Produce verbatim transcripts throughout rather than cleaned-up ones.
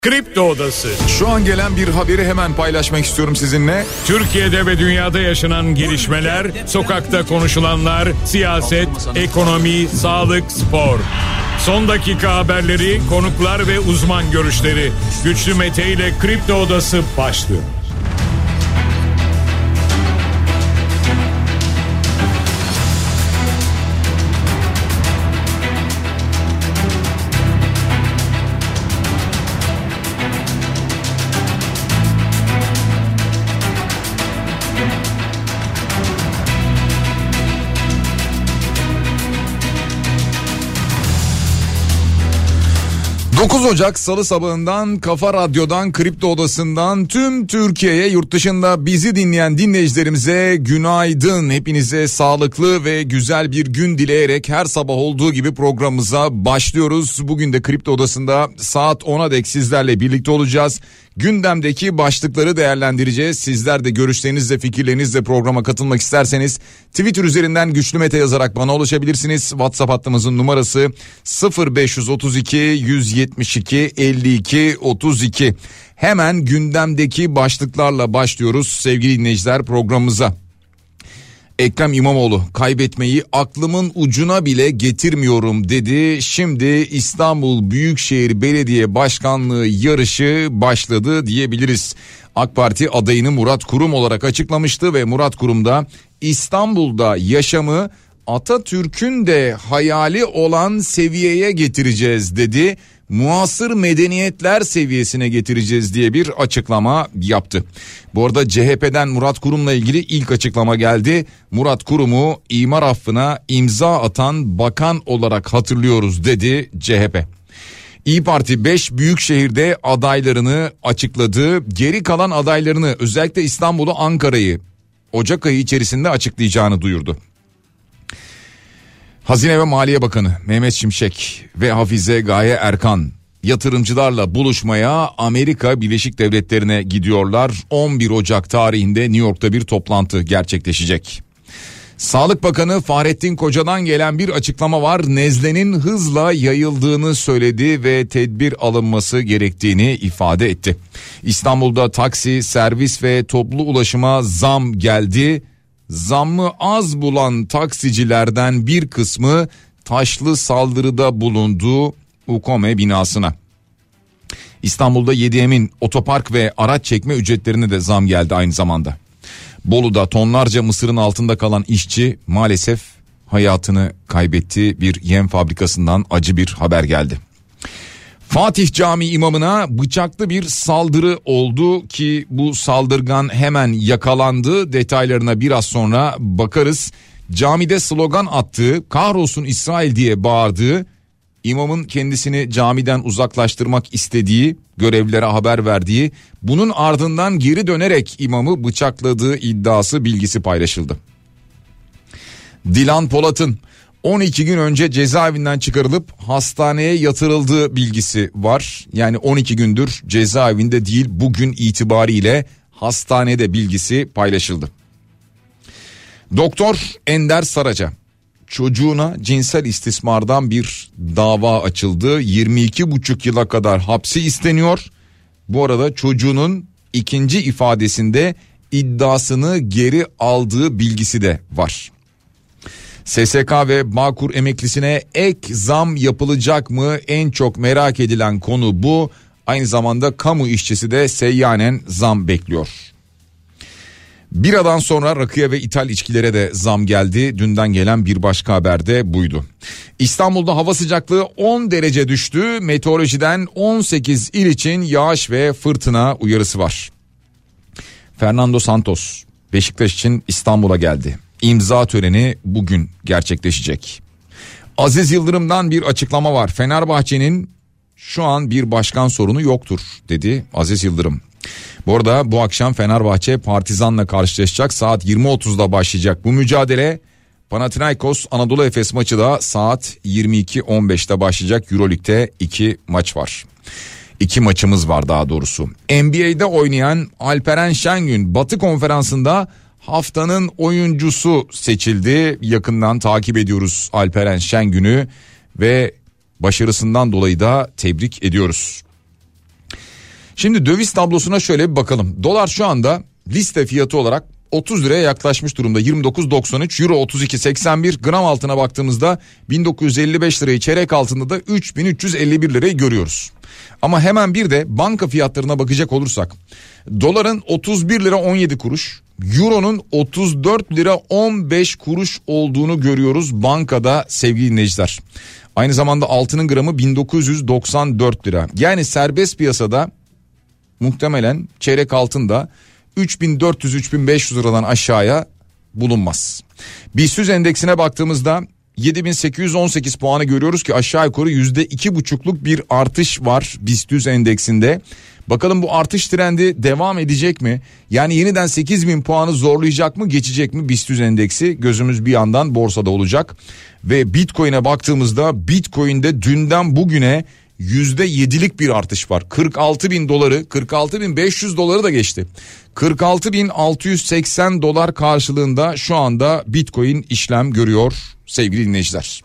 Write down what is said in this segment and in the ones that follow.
Kripto Odası. Şu an gelen bir haberi hemen paylaşmak istiyorum sizinle. Türkiye'de ve dünyada yaşanan gelişmeler, sokakta konuşulanlar, siyaset, ekonomi, sağlık, spor. Son dakika haberleri, konuklar ve uzman görüşleri. Güçlü Mete ile Kripto Odası başlıyor. dokuz Ocak Salı sabahından Kafa Radyo'dan, Kripto Odası'ndan tüm Türkiye'ye, yurt dışında bizi dinleyen dinleyicilerimize günaydın. Hepinize sağlıklı ve güzel bir gün dileyerek her sabah olduğu gibi programımıza başlıyoruz. Bugün de Kripto Odası'nda saat ona dek sizlerle birlikte olacağız. Gündemdeki başlıkları değerlendireceğiz. Sizler de görüşlerinizle, fikirlerinizle programa katılmak isterseniz Twitter üzerinden Güçlü Mete yazarak bana ulaşabilirsiniz. WhatsApp hattımızın numarası sıfır beş otuz iki yüz yetmiş iki elli iki otuz iki. Hemen gündemdeki başlıklarla başlıyoruz sevgili dinleyiciler programımıza. Ekrem İmamoğlu kaybetmeyi aklımın ucuna bile getirmiyorum dedi. Şimdi İstanbul Büyükşehir Belediye Başkanlığı yarışı başladı diyebiliriz. AK Parti adayını Murat Kurum olarak açıklamıştı ve Murat Kurum da İstanbul'da yaşamı Atatürk'ün de hayali olan seviyeye getireceğiz dedi. Muasır medeniyetler seviyesine getireceğiz diye bir açıklama yaptı. Bu arada C H P'den Murat Kurum'la ilgili ilk açıklama geldi. Murat Kurum'u imar affına imza atan bakan olarak hatırlıyoruz dedi C H P. İYİ Parti beş büyük şehirde adaylarını açıkladı. Geri kalan adaylarını, özellikle İstanbul'u, Ankara'yı Ocak ayı içerisinde açıklayacağını duyurdu. Hazine ve Maliye Bakanı Mehmet Şimşek ve Hafize Gaye Erkan yatırımcılarla buluşmaya Amerika Birleşik Devletleri'ne gidiyorlar. on bir Ocak tarihinde New York'ta bir toplantı gerçekleşecek. Sağlık Bakanı Fahrettin Koca'dan gelen bir açıklama var. Nezlenin hızla yayıldığını söyledi ve tedbir alınması gerektiğini ifade etti. İstanbul'da taksi, servis ve toplu ulaşıma zam geldi. Zammı az bulan taksicilerden bir kısmı taşlı saldırıda bulundu UKOME binasına. İstanbul'da yedi Emin otopark ve araç çekme ücretlerine de zam geldi aynı zamanda. Bolu'da tonlarca mısırın altında kalan işçi maalesef hayatını kaybetti. Bir yem fabrikasından acı bir haber geldi. Fatih Camii imamına bıçaklı bir saldırı oldu ki bu saldırgan hemen yakalandı. Detaylarına biraz sonra bakarız. Camide slogan attığı, "Kahrolsun İsrail" diye bağırdığı, imamın kendisini camiden uzaklaştırmak istediği, görevlilere haber verdiği, bunun ardından geri dönerek imamı bıçakladığı iddiası, bilgisi paylaşıldı. Dilan Polat'ın on iki gün önce cezaevinden çıkarılıp hastaneye yatırıldığı bilgisi var. Yani on iki gündür cezaevinde değil, bugün itibariyle hastanede bilgisi paylaşıldı. Doktor Ender Saraç'a çocuğuna cinsel istismardan bir dava açıldı. yirmi iki buçuk yıla kadar hapsi isteniyor. Bu arada çocuğunun ikinci ifadesinde iddiasını geri aldığı bilgisi de var. S S K ve Bağkur emeklisine ek zam yapılacak mı? En çok merak edilen konu bu. Aynı zamanda kamu işçisi de seyyanen zam bekliyor. Biradan sonra rakıya ve ithal içkilere de zam geldi. Dünden gelen bir başka haber de buydu. İstanbul'da hava sıcaklığı on derece düştü. Meteorolojiden on sekiz il için yağış ve fırtına uyarısı var. Fernando Santos Beşiktaş için İstanbul'a geldi. İmza töreni bugün gerçekleşecek. Aziz Yıldırım'dan bir açıklama var. Fenerbahçe'nin şu an bir başkan sorunu yoktur dedi Aziz Yıldırım. Bu arada bu akşam Fenerbahçe Partizan'la karşılaşacak. Saat yirmi otuzda başlayacak bu mücadele. Panathinaikos Anadolu Efes maçı da saat yirmi iki on beşte başlayacak. Euroleague'de iki maç var. İki maçımız var daha doğrusu. N B A'de oynayan Alperen Şengün Batı Konferansı'nda haftanın oyuncusu seçildi. Yakından takip ediyoruz Alperen Şengün'ü ve başarısından dolayı da tebrik ediyoruz. Şimdi döviz tablosuna şöyle bir bakalım. Dolar şu anda liste fiyatı olarak otuz liraya yaklaşmış durumda. yirmi dokuz doksan üç, euro otuz iki seksen bir, gram altına baktığımızda bin dokuz yüz elli beş lirayı, çeyrek altında da üç bin üç yüz elli bir lirayı görüyoruz. Ama hemen bir de banka fiyatlarına bakacak olursak doların otuz bir lira on yedi kuruş, euronun otuz dört lira on beş kuruş olduğunu görüyoruz bankada sevgili dinleyiciler. Aynı zamanda altının gramı bin dokuz yüz doksan dört lira. Yani serbest piyasada muhtemelen çeyrek altında üç bin dört yüz üç bin beş yüz liradan aşağıya bulunmaz. BIST yüz endeksine baktığımızda yedi bin sekiz yüz on sekiz puanı görüyoruz ki aşağı yukarı yüzde iki buçukluk bir artış var BIST yüz endeksinde. Bakalım bu artış trendi devam edecek mi? Yani yeniden sekiz bin puanı zorlayacak mı, geçecek mi BIST yüz endeksi? Gözümüz bir yandan borsada olacak. Ve Bitcoin'e baktığımızda Bitcoin'de dünden bugüne yüzde yedilik bir artış var. kırk altı bin doları, kırk altı bin beş yüz doları da geçti. kırk altı bin altı yüz seksen dolar karşılığında şu anda Bitcoin işlem görüyor sevgili dinleyiciler.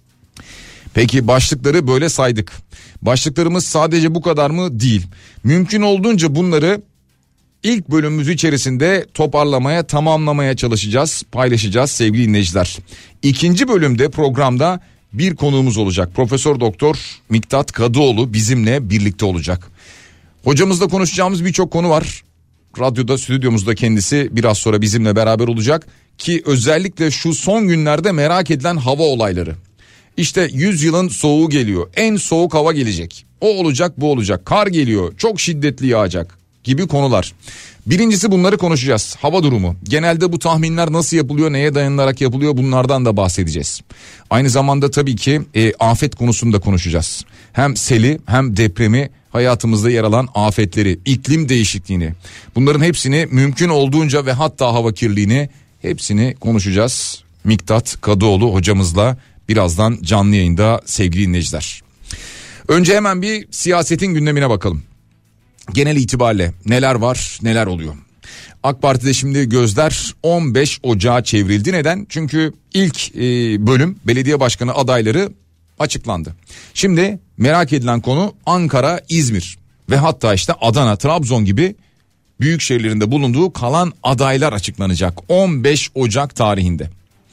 Peki başlıkları böyle saydık. Başlıklarımız sadece bu kadar mı? Değil. Mümkün olduğunca bunları ilk bölümümüz içerisinde toparlamaya, tamamlamaya çalışacağız, paylaşacağız sevgili dinleyiciler. İkinci bölümde programda bir konuğumuz olacak. Profesör Doktor Miktat Kadıoğlu bizimle birlikte olacak. Hocamızla konuşacağımız birçok konu var. Radyoda, stüdyomuzda kendisi biraz sonra bizimle beraber olacak. Ki özellikle şu son günlerde merak edilen hava olayları. İşte yüz yılın soğuğu geliyor. En soğuk hava gelecek. O olacak, bu olacak. Kar geliyor. Çok şiddetli yağacak gibi konular. Birincisi bunları konuşacağız. Hava durumu. Genelde bu tahminler nasıl yapılıyor, neye dayanarak yapılıyor, bunlardan da bahsedeceğiz. Aynı zamanda tabii ki e, afet konusunu da konuşacağız. Hem seli hem depremi, hayatımızda yer alan afetleri, iklim değişikliğini, bunların hepsini mümkün olduğunca ve hatta hava kirliliğini, hepsini konuşacağız. Miktat Kadıoğlu hocamızla birazdan canlı yayında sevgili dinleyiciler. Önce hemen bir siyasetin gündemine bakalım. Genel itibariyle neler var, neler oluyor? AK Parti'de şimdi gözler on beş Ocağı çevrildi. Neden? Çünkü ilk e, bölüm belediye başkanı adayları açıklandı. Şimdi merak edilen konu Ankara, İzmir ve hatta işte Adana, Trabzon gibi büyük şehirlerinde bulunduğu kalan adaylar açıklanacak on beş Ocak tarihinde.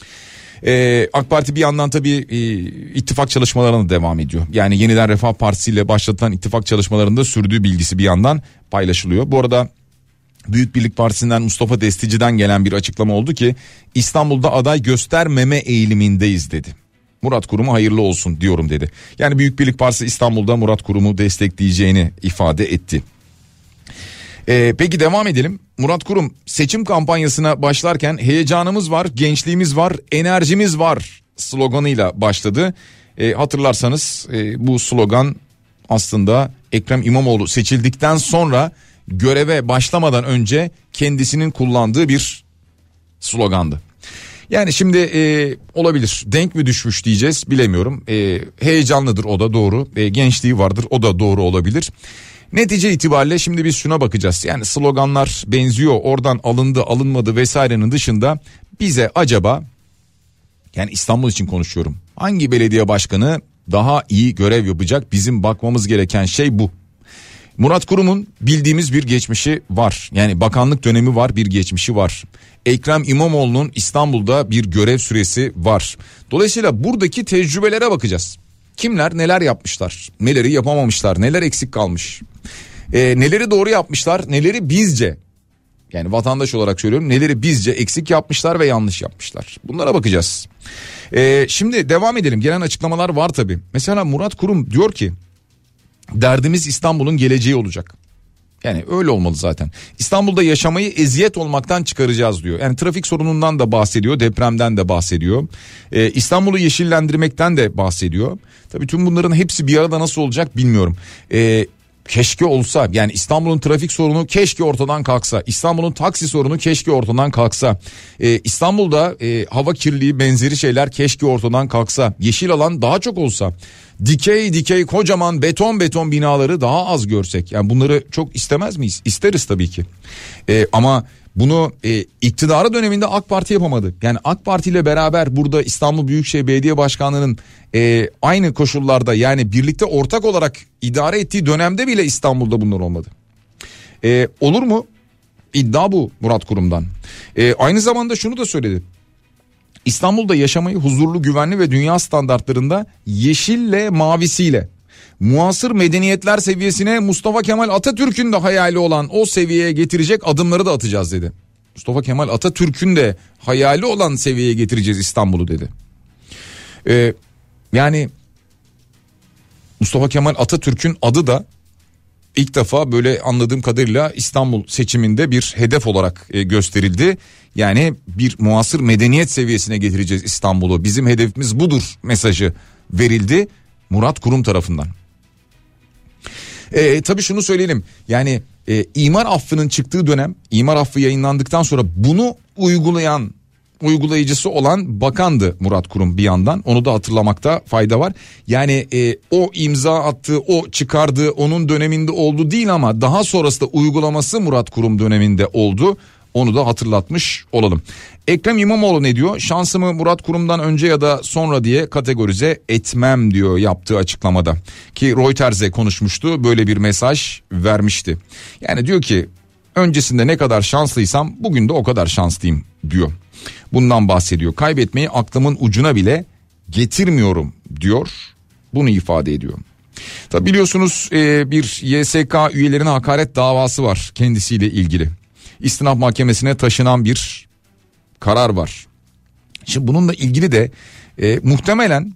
Ee, AK Parti bir yandan tabii e, ittifak çalışmalarına devam ediyor. Yani Yeniden Refah Partisi ile başlatılan ittifak çalışmalarında sürdüğü bilgisi bir yandan paylaşılıyor. Bu arada Büyük Birlik Partisi'nden Mustafa Destici'den gelen bir açıklama oldu ki İstanbul'da aday göstermeme eğilimindeyiz dedi. Murat Kurum'a hayırlı olsun diyorum dedi. Yani Büyük Birlik Partisi İstanbul'da Murat Kurum'u destekleyeceğini ifade etti. Ee, peki devam edelim. Murat Kurum seçim kampanyasına başlarken heyecanımız var, gençliğimiz var, enerjimiz var sloganıyla başladı. Ee, hatırlarsanız e, bu slogan aslında Ekrem İmamoğlu seçildikten sonra göreve başlamadan önce kendisinin kullandığı bir slogandı. Yani şimdi e, olabilir, denk mi düşmüş diyeceğiz bilemiyorum. E, heyecanlıdır, o da doğru. E, gençliği vardır, o da doğru olabilir. Netice itibariyle şimdi biz şuna bakacağız. Yani sloganlar benziyor, oradan alındı alınmadı vesairenin dışında bize acaba, yani İstanbul için konuşuyorum, hangi belediye başkanı daha iyi görev yapacak? Bizim bakmamız gereken şey bu. Murat Kurum'un bildiğimiz bir geçmişi var. Yani bakanlık dönemi var, bir geçmişi var. Ekrem İmamoğlu'nun İstanbul'da bir görev süresi var. Dolayısıyla buradaki tecrübelere bakacağız. Kimler neler yapmışlar, neleri yapamamışlar, neler eksik kalmış, e, neleri doğru yapmışlar, neleri bizce, yani vatandaş olarak söylüyorum, neleri bizce eksik yapmışlar ve yanlış yapmışlar. Bunlara bakacağız. E, şimdi devam edelim. Gelen açıklamalar var tabii. Mesela Murat Kurum diyor ki derdimiz İstanbul'un geleceği olacak. Yani öyle olmalı zaten. İstanbul'da yaşamayı eziyet olmaktan çıkaracağız diyor. Yani trafik sorunundan da bahsediyor, depremden de bahsediyor. Ee, İstanbul'u yeşillendirmekten de bahsediyor. Tabii tüm bunların hepsi bir arada nasıl olacak bilmiyorum. Ee, keşke olsa, yani İstanbul'un trafik sorunu keşke ortadan kalksa. İstanbul'un taksi sorunu keşke ortadan kalksa. Ee, İstanbul'da e, hava kirliliği benzeri şeyler keşke ortadan kalksa. Yeşil alan daha çok olsa. Dikey dikey kocaman beton beton binaları daha az görsek. Yani bunları çok istemez miyiz? İsteriz tabii ki. Ee, ama bunu e, iktidarı döneminde AK Parti yapamadı. Yani AK Parti ile beraber burada İstanbul Büyükşehir Belediye Başkanlığı'nın e, aynı koşullarda, yani birlikte ortak olarak idare ettiği dönemde bile İstanbul'da bunlar olmadı. Ee, olur mu? İddia bu Murat Kurum'dan. Ee, aynı zamanda şunu da söyledi. İstanbul'da yaşamayı huzurlu, güvenli ve dünya standartlarında yeşille, mavisiyle muasır medeniyetler seviyesine Mustafa Kemal Atatürk'ün de hayali olan o seviyeye getirecek adımları da atacağız dedi. Mustafa Kemal Atatürk'ün de hayali olan seviyeye getireceğiz İstanbul'u dedi. Ee, yani Mustafa Kemal Atatürk'ün adı da ilk defa böyle anladığım kadarıyla İstanbul seçiminde bir hedef olarak e, gösterildi. Yani bir muasır medeniyet seviyesine getireceğiz İstanbul'u. Bizim hedefimiz budur mesajı verildi Murat Kurum tarafından. E, tabii şunu söyleyelim. Yani e, imar affının çıktığı dönem, imar affı yayınlandıktan sonra bunu uygulayan, uygulayıcısı olan bakandı Murat Kurum bir yandan. Onu da hatırlamakta fayda var. Yani e, o imza attığı, o çıkardığı onun döneminde oldu değil ama daha sonrasında uygulaması Murat Kurum döneminde oldu. Onu da hatırlatmış olalım. Ekrem İmamoğlu ne diyor? Şansımı Murat Kurum'dan önce ya da sonra diye kategorize etmem diyor yaptığı açıklamada. Ki Reuters'e konuşmuştu, böyle bir mesaj vermişti. Yani diyor ki öncesinde ne kadar şanslıysam bugün de o kadar şanslıyım diyor. Bundan bahsediyor. Kaybetmeyi aklımın ucuna bile getirmiyorum diyor. Bunu ifade ediyor. Tabi biliyorsunuz bir Y S K üyelerine hakaret davası var kendisiyle ilgili. İstinaf Mahkemesi'ne taşınan bir karar var. Şimdi bununla ilgili de e, muhtemelen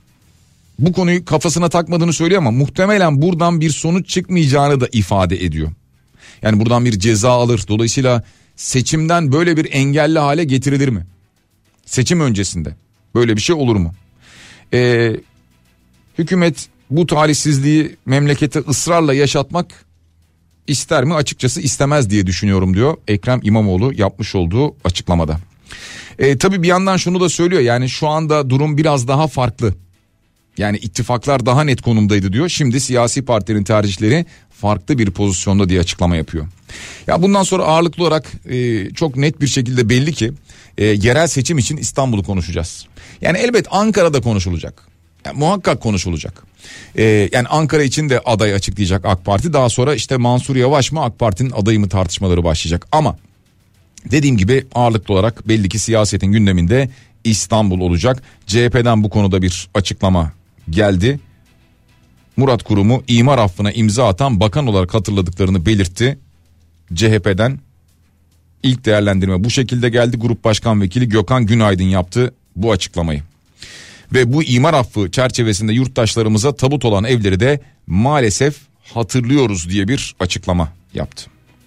bu konuyu kafasına takmadığını söylüyor ama muhtemelen buradan bir sonuç çıkmayacağını da ifade ediyor. Yani buradan bir ceza alır. Dolayısıyla seçimden böyle bir engelli hale getirilir mi? Seçim öncesinde böyle bir şey olur mu? Ee, hükümet bu talihsizliği memlekete ısrarla yaşatmak ister mi? Açıkçası istemez diye düşünüyorum diyor Ekrem İmamoğlu yapmış olduğu açıklamada. Ee, tabii bir yandan şunu da söylüyor, yani şu anda durum biraz daha farklı. Yani ittifaklar daha net konumdaydı diyor. Şimdi siyasi partilerin tercihleri farklı bir pozisyonda diye açıklama yapıyor. Ya bundan sonra ağırlıklı olarak e, çok net bir şekilde belli ki e, yerel seçim için İstanbul'u konuşacağız. Yani elbet Ankara'da konuşulacak. Yani muhakkak konuşulacak. Ee, yani Ankara için de aday açıklayacak AK Parti. Daha sonra işte Mansur Yavaş mı AK Parti'nin adayı mı tartışmaları başlayacak. Ama dediğim gibi ağırlıklı olarak belli ki siyasetin gündeminde İstanbul olacak. C H P'den bu konuda bir açıklama geldi. Murat Kurum'u imar affına imza atan bakan olarak hatırladıklarını belirtti. C H P'den ilk değerlendirme bu şekilde geldi. Grup Başkan Vekili Gökhan Günaydın yaptı bu açıklamayı. Ve bu imar affı çerçevesinde yurttaşlarımıza tabut olan evleri de maalesef hatırlıyoruz diye bir açıklama yaptı.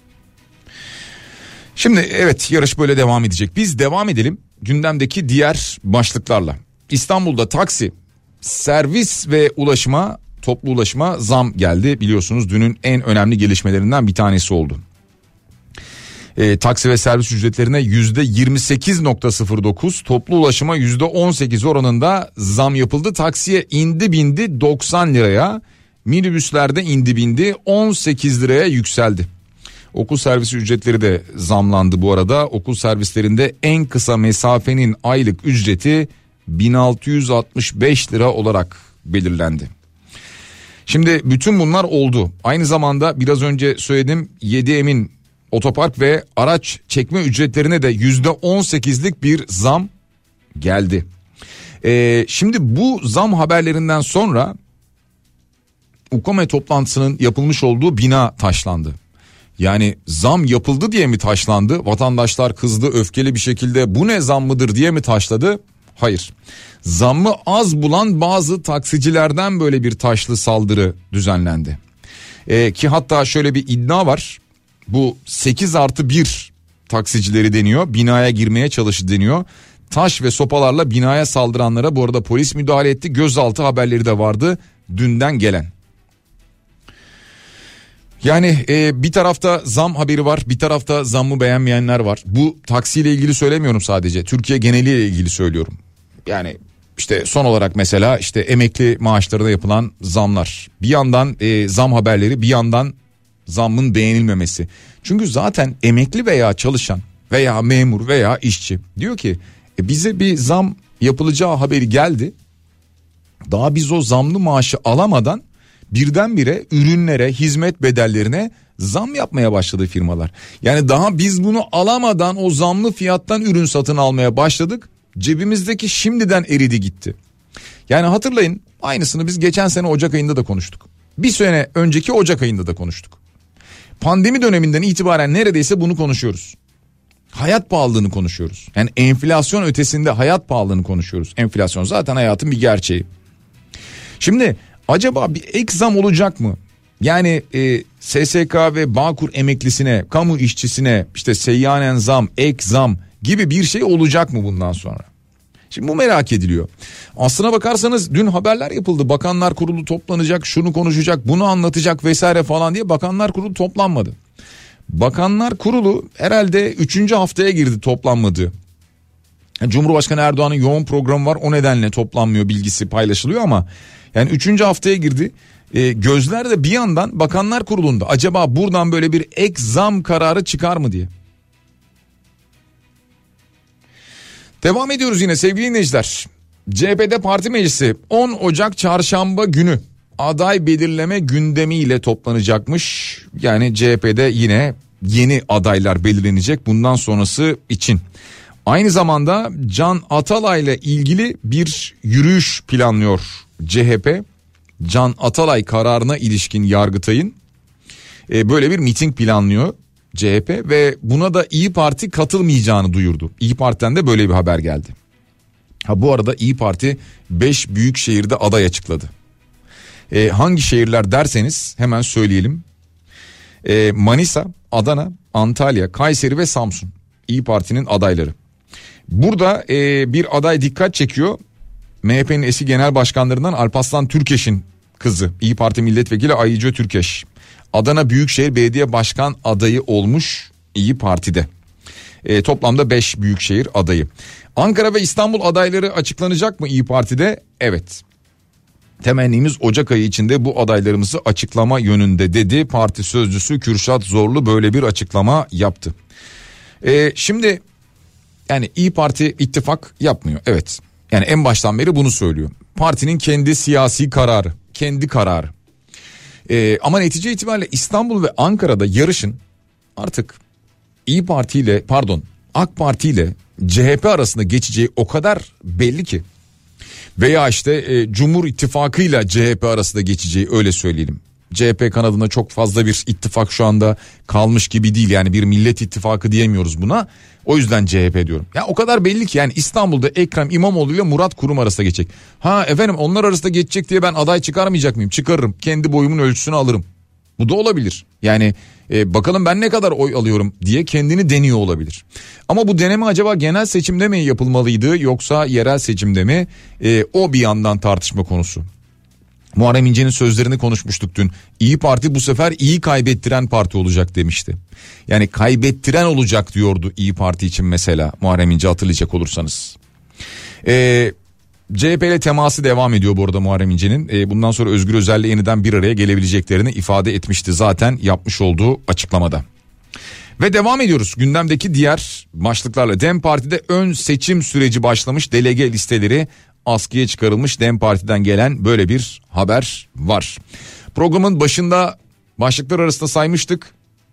Şimdi evet, yarış böyle devam edecek. Biz devam edelim gündemdeki diğer başlıklarla. İstanbul'da taksi, servis ve ulaşıma, toplu ulaşıma zam geldi. Biliyorsunuz dünün en önemli gelişmelerinden bir tanesi oldu. E, taksi ve servis ücretlerine yüzde yirmi sekiz virgül sıfır dokuz, toplu ulaşıma yüzde on sekiz oranında zam yapıldı. Taksiye indi bindi doksan liraya, minibüslerde indi bindi on sekiz liraya yükseldi. Okul servisi ücretleri de zamlandı bu arada. Okul servislerinde en kısa mesafenin aylık ücreti bin altı yüz altmış beş lira olarak belirlendi. Şimdi bütün bunlar oldu. Aynı zamanda biraz önce söyledim, yedi Emin otopark ve araç çekme ücretlerine de yüzde on sekizlik bir zam geldi. Ee, şimdi bu zam haberlerinden sonra UKOME toplantısının yapılmış olduğu bina taşlandı. Yani zam yapıldı diye mi taşlandı? Vatandaşlar kızdı, öfkeli bir şekilde bu ne zam mıdır diye mi taşladı? Hayır. Zammı az bulan bazı taksicilerden böyle bir taşlı saldırı düzenlendi. Ee, ki hatta şöyle bir iddia var. Bu sekiz artı bir taksicileri deniyor, binaya girmeye çalıştı deniyor. Taş ve sopalarla binaya saldıranlara bu arada polis müdahale etti. Gözaltı haberleri de vardı dünden gelen. Yani e, bir tarafta zam haberi var, bir tarafta zammı beğenmeyenler var. Bu taksiyle ilgili söylemiyorum sadece, Türkiye geneliyle ilgili söylüyorum. Yani işte son olarak mesela işte emekli maaşlarına yapılan zamlar. Bir yandan e, zam haberleri, bir yandan zammın beğenilmemesi. Çünkü zaten emekli veya çalışan veya memur veya işçi diyor ki e bize bir zam yapılacağı haberi geldi. Daha biz o zamlı maaşı alamadan birdenbire ürünlere, hizmet bedellerine zam yapmaya başladı firmalar. Yani daha biz bunu alamadan o zamlı fiyattan ürün satın almaya başladık. Cebimizdeki şimdiden eridi gitti. Yani hatırlayın, aynısını biz geçen sene Ocak ayında da konuştuk. Bir sene önceki Ocak ayında da konuştuk. Pandemi döneminden itibaren neredeyse bunu konuşuyoruz. Hayat pahalılığını konuşuyoruz. Yani enflasyon ötesinde hayat pahalılığını konuşuyoruz. Enflasyon zaten hayatın bir gerçeği. Şimdi acaba bir ek zam olacak mı? Yani e, S S K ve Bağkur emeklisine, kamu işçisine işte seyyanen zam, ek zam gibi bir şey olacak mı bundan sonra? Şimdi bu merak ediliyor. Aslına bakarsanız dün haberler yapıldı. Bakanlar Kurulu toplanacak, şunu konuşacak, bunu anlatacak vesaire falan diye Bakanlar Kurulu toplanmadı. Bakanlar Kurulu herhalde üçüncü haftaya girdi toplanmadığı. Cumhurbaşkanı Erdoğan'ın yoğun programı var, o nedenle toplanmıyor bilgisi paylaşılıyor ama yani üçüncü haftaya girdi. E, gözler de bir yandan Bakanlar Kurulu'nda, acaba buradan böyle bir ek zam kararı çıkar mı diye. Devam ediyoruz yine sevgili dinleyiciler. C H P'de parti meclisi on Ocak çarşamba günü aday belirleme gündemiyle toplanacakmış. Yani C H P'de yine yeni adaylar belirlenecek bundan sonrası için. Aynı zamanda Can Atalay'la ilgili bir yürüyüş planlıyor C H P. Can Atalay kararına ilişkin Yargıtay'ın e, böyle bir miting planlıyor C H P ve buna da İyi Parti katılmayacağını duyurdu. İyi Parti'den de böyle bir haber geldi. Ha bu arada İyi Parti beş büyük şehirde aday açıkladı. E, hangi şehirler derseniz hemen söyleyelim. E, Manisa, Adana, Antalya, Kayseri ve Samsun İyi Parti'nin adayları. Burada e, bir aday dikkat çekiyor. M H P'nin eski genel başkanlarından Alparslan Türkeş'in kızı, İyi Parti milletvekili Ayıcı Türkeş. Adana Büyükşehir Belediye Başkan adayı olmuş İyi Parti'de. E, toplamda beş büyükşehir adayı. Ankara ve İstanbul adayları açıklanacak mı İyi Parti'de? Evet. Temennimiz Ocak ayı içinde bu adaylarımızı açıklama yönünde dedi. Parti sözcüsü Kürşat Zorlu böyle bir açıklama yaptı. E, şimdi yani İyi Parti ittifak yapmıyor. Evet. Yani en baştan beri bunu söylüyor. Partinin kendi siyasi kararı, kendi kararı. Ee, ama netice itibariyle İstanbul ve Ankara'da yarışın artık İyi Parti ile pardon AK Parti ile C H P arasında geçeceği o kadar belli ki. Veya işte e, Cumhur İttifakı ile C H P arasında geçeceği, öyle söyleyelim. C H P kanadında çok fazla bir ittifak şu anda kalmış gibi değil, yani bir millet ittifakı diyemiyoruz buna. O yüzden C H P diyorum. Ya o kadar belli ki yani İstanbul'da Ekrem İmamoğlu ile Murat Kurum arasında geçecek. Ha efendim onlar arasında geçecek diye ben aday çıkarmayacak mıyım? Çıkarırım. Kendi boyumun ölçüsünü alırım. Bu da olabilir. Yani e, bakalım ben ne kadar oy alıyorum diye kendini deniyor olabilir. Ama bu deneme acaba genel seçimde mi yapılmalıydı yoksa yerel seçimde mi? E, o bir yandan tartışma konusu. Muharrem İnce'nin sözlerini konuşmuştuk dün. İyi Parti bu sefer iyi kaybettiren parti olacak demişti. Yani kaybettiren olacak diyordu İyi Parti için mesela Muharrem İnce, hatırlayacak olursanız. Ee, C H P ile teması devam ediyor bu arada Muharrem İnce'nin. Ee, bundan sonra Özgür Özel'le yeniden bir araya gelebileceklerini ifade etmişti zaten yapmış olduğu açıklamada. Ve devam ediyoruz gündemdeki diğer başlıklarla. DEM Parti'de ön seçim süreci başlamış, delege listeleri askıya çıkarılmış. DEM Parti'den gelen böyle bir haber var. Programın başında başlıklar arasında saymıştık.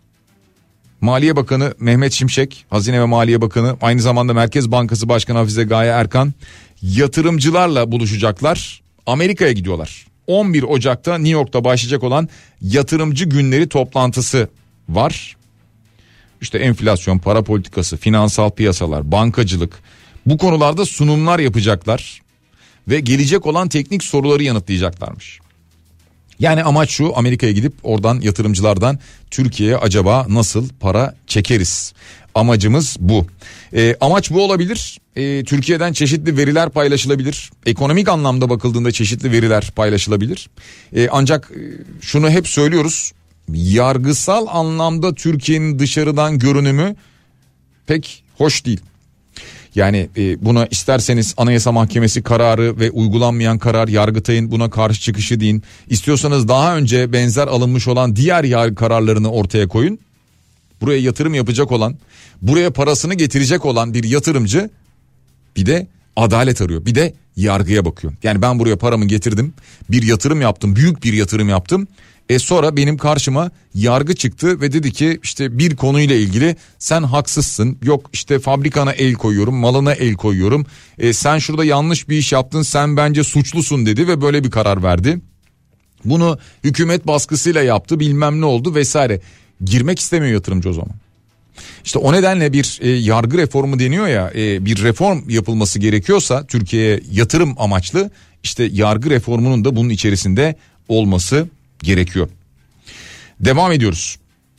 Maliye Bakanı Mehmet Şimşek, Hazine ve Maliye Bakanı, aynı zamanda Merkez Bankası Başkanı Hafize Gaye Erkan yatırımcılarla buluşacaklar. Amerika'ya gidiyorlar. on bir Ocak'ta New York'ta başlayacak olan yatırımcı günleri toplantısı var. İşte enflasyon, para politikası, finansal piyasalar, bankacılık, bu konularda sunumlar yapacaklar ve gelecek olan teknik soruları yanıtlayacaklarmış. Yani amaç şu, Amerika'ya gidip oradan yatırımcılardan Türkiye'ye acaba nasıl para çekeriz? Amacımız bu. E, amaç bu olabilir. E, Türkiye'den çeşitli veriler paylaşılabilir. Ekonomik anlamda bakıldığında çeşitli veriler paylaşılabilir. E, ancak e, şunu hep söylüyoruz. Yargısal anlamda Türkiye'nin dışarıdan görünümü pek hoş değil. Yani e, buna isterseniz Anayasa Mahkemesi kararı ve uygulanmayan karar, Yargıtay'ın buna karşı çıkışı deyin. İstiyorsanız daha önce benzer alınmış olan diğer yargı kararlarını ortaya koyun. Buraya yatırım yapacak olan, buraya parasını getirecek olan bir yatırımcı bir de adalet arıyor. Bir de yargıya bakıyor. Yani ben buraya paramı getirdim, bir yatırım yaptım, büyük bir yatırım yaptım. E sonra benim karşıma yargı çıktı ve dedi ki işte bir konuyla ilgili sen haksızsın. Yok işte fabrikana el koyuyorum, malına el koyuyorum. E sen şurada yanlış bir iş yaptın, sen bence suçlusun dedi ve böyle bir karar verdi. Bunu hükümet baskısıyla yaptı, bilmem ne oldu vesaire. Girmek istemiyor yatırımcı o zaman. İşte o nedenle bir e, yargı reformu deniyor ya, e, bir reform yapılması gerekiyorsa Türkiye'ye yatırım amaçlı, işte yargı reformunun da bunun içerisinde olması gerekiyor. Devam ediyoruz.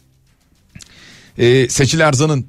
E, Seçil Erzan'ın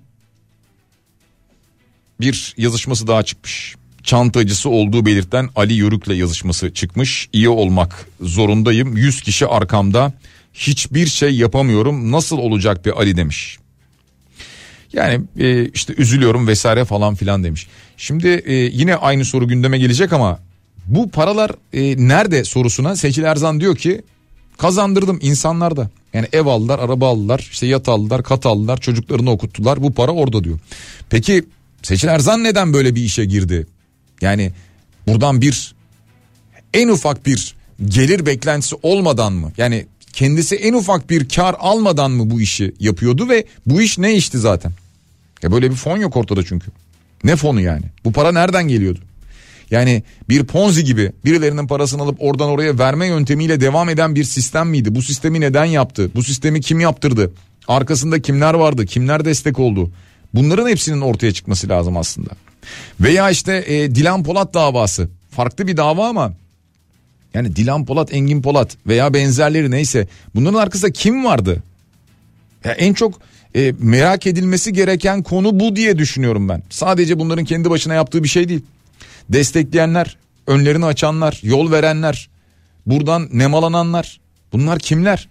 bir yazışması daha çıkmış. Çantacısı olduğu belirten Ali Yörük'le yazışması çıkmış. İyi olmak zorundayım. yüz kişi arkamda. Hiçbir şey yapamıyorum. Nasıl olacak be Ali demiş. Yani e, işte üzülüyorum vesaire falan filan demiş. Şimdi e, yine aynı soru gündeme gelecek ama bu paralar e, nerede sorusuna Seçil Erzan diyor ki kazandırdım insanlar da. Yani ev aldılar, araba aldılar, işte yat aldılar, kat aldılar, çocuklarını okuttular, bu para orada diyor. Peki Seçil Erzan neden böyle bir işe girdi? Yani buradan bir en ufak bir gelir beklentisi olmadan mı? Yani kendisi en ufak bir kar almadan mı bu işi yapıyordu ve bu iş ne işti zaten? Ya böyle bir fon yok ortada çünkü. Ne fonu yani? Bu para nereden geliyordu? Yani bir Ponzi gibi birilerinin parasını alıp oradan oraya verme yöntemiyle devam eden bir sistem miydi? Bu sistemi neden yaptı? Bu sistemi kim yaptırdı? Arkasında kimler vardı? Kimler destek oldu? Bunların hepsinin ortaya çıkması lazım aslında. Veya işte e, Dilan Polat davası. Farklı bir dava ama yani Dilan Polat, Engin Polat veya benzerleri neyse bunların arkasında kim vardı? Ya en çok e, merak edilmesi gereken konu bu diye düşünüyorum ben. Sadece bunların kendi başına yaptığı bir şey değil. Destekleyenler, önlerini açanlar, yol verenler, buradan nemalananlar, bunlar kimler?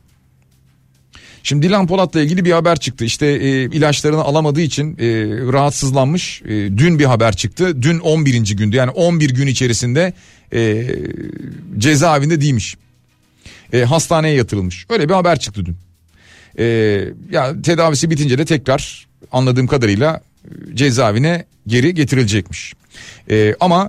Şimdi Dilan Polat'la ilgili bir haber çıktı. İşte e, ilaçlarını alamadığı için e, rahatsızlanmış. E, dün bir haber çıktı. Dün on birinci gündü, yani on bir gün içerisinde e, cezaevinde değilmiş. E, hastaneye yatırılmış. Öyle bir haber çıktı dün. E, ya tedavisi bitince de tekrar anladığım kadarıyla cezaevine geri getirilecekmiş. E, ama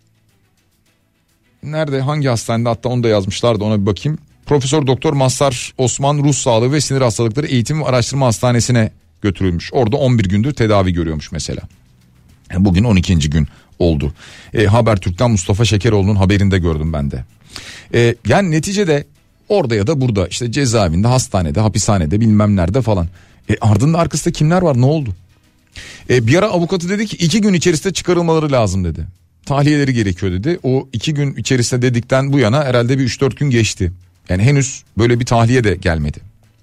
nerede, hangi hastanede, hatta onu da yazmışlardı, ona bir bakayım. Profesör Doktor Mazhar Osman Ruh Sağlığı ve Sinir Hastalıkları Eğitim ve Araştırma Hastanesi'ne götürülmüş. Orada on bir gündür tedavi görüyormuş mesela. Bugün on ikinci gün oldu. E, Habertürk'ten Mustafa Şekeroğlu'nun haberinde gördüm ben de. E, yani neticede orada ya da burada, işte cezaevinde, hastanede, hapishanede, bilmem nerede falan. E, ardında arkasında kimler var, ne oldu? E, bir ara avukatı dedi ki iki gün içerisinde çıkarılmaları lazım dedi. Tahliyeleri gerekiyor dedi. O iki gün içerisinde dedikten bu yana herhalde bir üç dört gün geçti. Yani henüz böyle bir tahliye de gelmedi.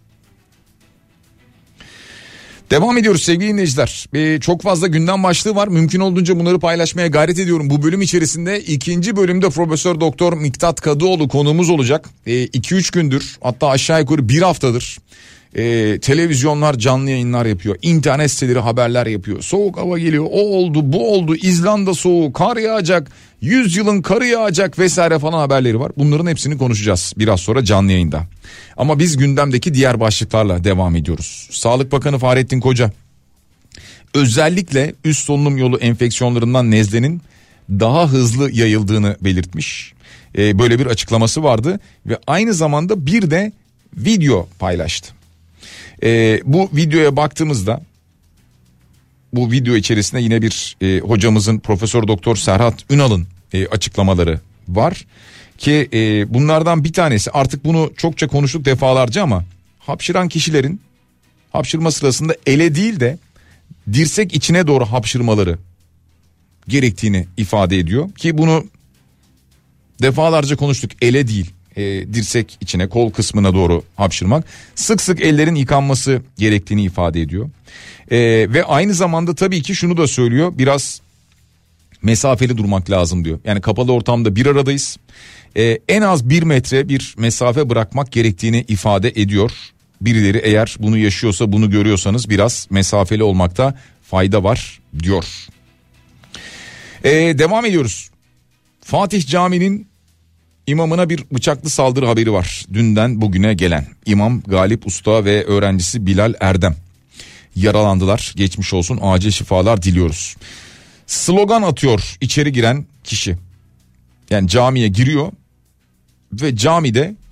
Devam ediyoruz sevgili dinleyiciler. Ee, çok fazla gündem başlığı var. Mümkün olduğunca bunları paylaşmaya gayret ediyorum. Bu bölüm içerisinde ikinci bölümde Profesör Doktor Miktat Kadıoğlu konuğumuz olacak. iki üç gündür, hatta aşağı yukarı bir haftadır Ee, televizyonlar canlı yayınlar yapıyor. İnternet siteleri haberler yapıyor. Soğuk hava geliyor, o oldu, bu oldu, İzlanda soğuğu, kar yağacak, yüz yılın karı yağacak vesaire falan haberleri var. Bunların hepsini konuşacağız biraz sonra canlı yayında. Ama biz gündemdeki diğer başlıklarla devam ediyoruz. Sağlık Bakanı Fahrettin Koca özellikle üst solunum yolu enfeksiyonlarından nezlenin daha hızlı yayıldığını belirtmiş. Ee, böyle bir açıklaması vardı ve aynı zamanda bir de video paylaştı. Ee, bu videoya baktığımızda, bu video içerisinde yine bir e, hocamızın, Profesör Doktor Serhat Ünal'ın e, açıklamaları var ki e, bunlardan bir tanesi, artık bunu çokça konuştuk defalarca ama hapşıran kişilerin hapşırma sırasında ele değil de dirsek içine doğru hapşırmaları gerektiğini ifade ediyor ki bunu defalarca konuştuk. Ele değil, E, dirsek içine, kol kısmına doğru hapşırmak, sık sık ellerin yıkanması gerektiğini ifade ediyor. E, ve aynı zamanda tabii ki şunu da söylüyor, biraz mesafeli durmak lazım diyor. Yani kapalı ortamda bir aradayız, e, en az bir metre bir mesafe bırakmak gerektiğini ifade ediyor. Birileri eğer bunu yaşıyorsa, bunu görüyorsanız biraz mesafeli olmakta fayda var diyor. E, devam ediyoruz. Fatih Camii'nin İmamına bir bıçaklı saldırı haberi var. Dünden bugüne gelen. İmam Galip Usta ve öğrencisi Bilal Erdem yaralandılar. Geçmiş olsun, acil şifalar diliyoruz. Slogan atıyor içeri giren kişi. Yani camiye giriyor ve camide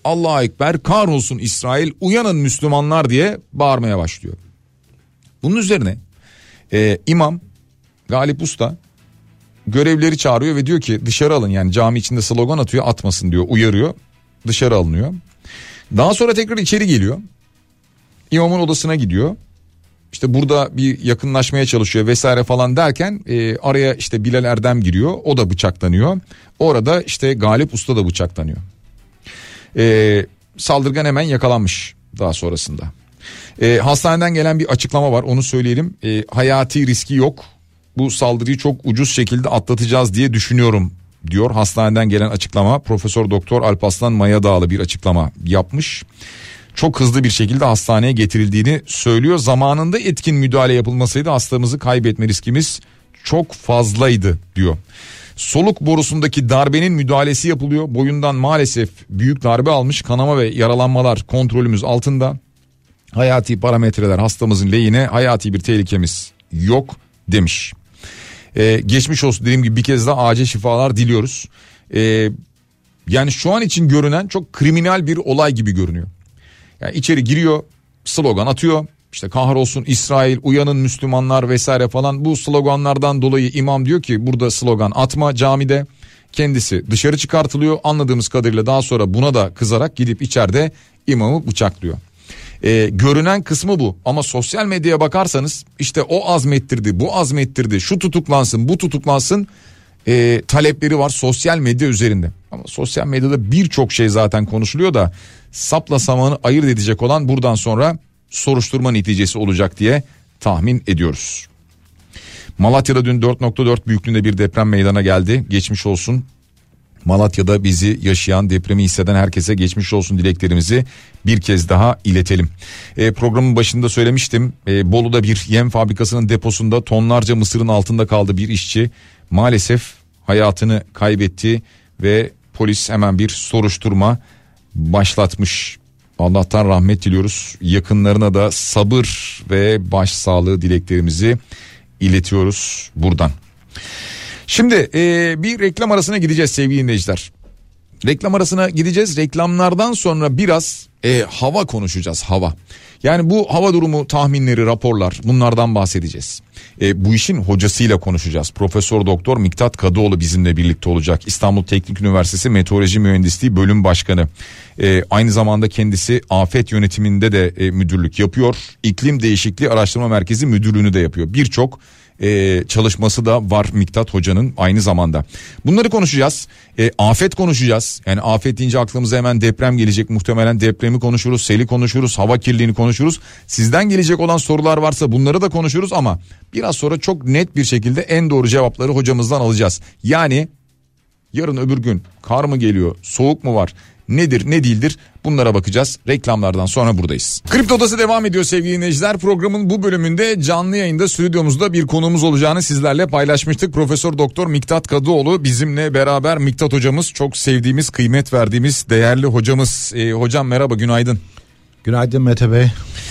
Allahu Ekber, kahrolsun İsrail, uyanın Müslümanlar diye bağırmaya başlıyor. Bunun üzerine e, imam Galip Usta görevlileri çağırıyor ve diyor ki dışarı alın, yani cami içinde slogan atıyor, atmasın diyor, uyarıyor, dışarı alınıyor. Daha sonra tekrar içeri geliyor, imamın odasına gidiyor, işte burada bir yakınlaşmaya çalışıyor vesaire falan derken e, araya işte Bilal Erdem giriyor, o da bıçaklanıyor. Orada işte Galip Usta da bıçaklanıyor. E, saldırgan hemen yakalanmış daha sonrasında. E, hastaneden gelen bir açıklama var, onu söyleyelim. E, hayati riski yok, bu saldırıyı çok ucuz şekilde atlatacağız diye düşünüyorum diyor. Hastaneden gelen açıklama, Profesör Doktor Alparslan Mayadağlı bir açıklama yapmış. Çok hızlı bir şekilde hastaneye getirildiğini söylüyor. Zamanında etkin müdahale yapılmasaydı hastamızı kaybetme riskimiz çok fazlaydı diyor. Soluk borusundaki darbenin müdahalesi yapılıyor. Boyundan maalesef büyük darbe almış, kanama ve yaralanmalar kontrolümüz altında. Hayati parametreler hastamızın lehine, hayati bir tehlikemiz yok demiş. Ee, geçmiş olsun dediğim gibi, bir kez daha acil şifalar diliyoruz. Ee, yani şu an için görünen çok kriminal bir olay gibi görünüyor. Yani içeri giriyor, slogan atıyor, işte kahrolsun İsrail, uyanın Müslümanlar vesaire falan. Bu sloganlardan dolayı imam diyor ki burada slogan atma camide. Kendisi dışarı çıkartılıyor, anladığımız kadarıyla daha sonra buna da kızarak gidip içeride imamı bıçaklıyor. Ee, görünen kısmı bu, ama sosyal medyaya bakarsanız işte o azmettirdi, bu azmettirdi, şu tutuklansın, bu tutuklansın e, talepleri var sosyal medya üzerinde. Ama sosyal medyada birçok şey zaten konuşuluyor da sapla samanı ayırt edecek olan buradan sonra soruşturma neticesi olacak diye tahmin ediyoruz. Malatya'da dün dört nokta dört büyüklüğünde bir deprem meydana geldi. Geçmiş olsun. Malatya'da bizi yaşayan, depremi hisseden herkese geçmiş olsun dileklerimizi bir kez daha iletelim. E, programın başında söylemiştim. E, Bolu'da bir yem fabrikasının deposunda tonlarca mısırın altında kaldı bir işçi. Maalesef hayatını kaybetti ve polis hemen bir soruşturma başlatmış. Allah'tan rahmet diliyoruz. Yakınlarına da sabır ve başsağlığı dileklerimizi iletiyoruz buradan. Şimdi e, bir reklam arasına gideceğiz sevgili dinleyiciler. Reklam arasına gideceğiz. Reklamlardan sonra biraz e, hava konuşacağız, hava. Yani bu hava durumu tahminleri, raporlar, bunlardan bahsedeceğiz. E, bu işin hocasıyla konuşacağız. Profesör Doktor Miktat Kadıoğlu bizimle birlikte olacak. İstanbul Teknik Üniversitesi Meteoroloji Mühendisliği Bölüm Başkanı. E, aynı zamanda kendisi afet yönetiminde de e, müdürlük yapıyor. İklim Değişikliği Araştırma Merkezi müdürlüğünü de yapıyor. Birçok Ee, çalışması da var Miktat Hoca'nın aynı zamanda. Bunları konuşacağız. Ee, afet konuşacağız. Yani afet deyince aklımıza hemen deprem gelecek. Muhtemelen depremi konuşuruz, seli konuşuruz, hava kirliliğini konuşuruz. Sizden gelecek olan sorular varsa bunları da konuşuruz, ama biraz sonra çok net bir şekilde en doğru cevapları hocamızdan alacağız. Yani yarın öbür gün kar mı geliyor, soğuk mu var, nedir ne değildir, bunlara bakacağız. Reklamlardan sonra buradayız. Kripto Odası devam ediyor sevgili dinleyiciler. Programın bu bölümünde canlı yayında stüdyomuzda bir konuğumuz olacağını sizlerle paylaşmıştık. Profesör Doktor Miktat Kadıoğlu bizimle beraber. Miktat hocamız çok sevdiğimiz, kıymet verdiğimiz değerli hocamız. Ee, hocam merhaba, günaydın. Günaydın Mete Bey.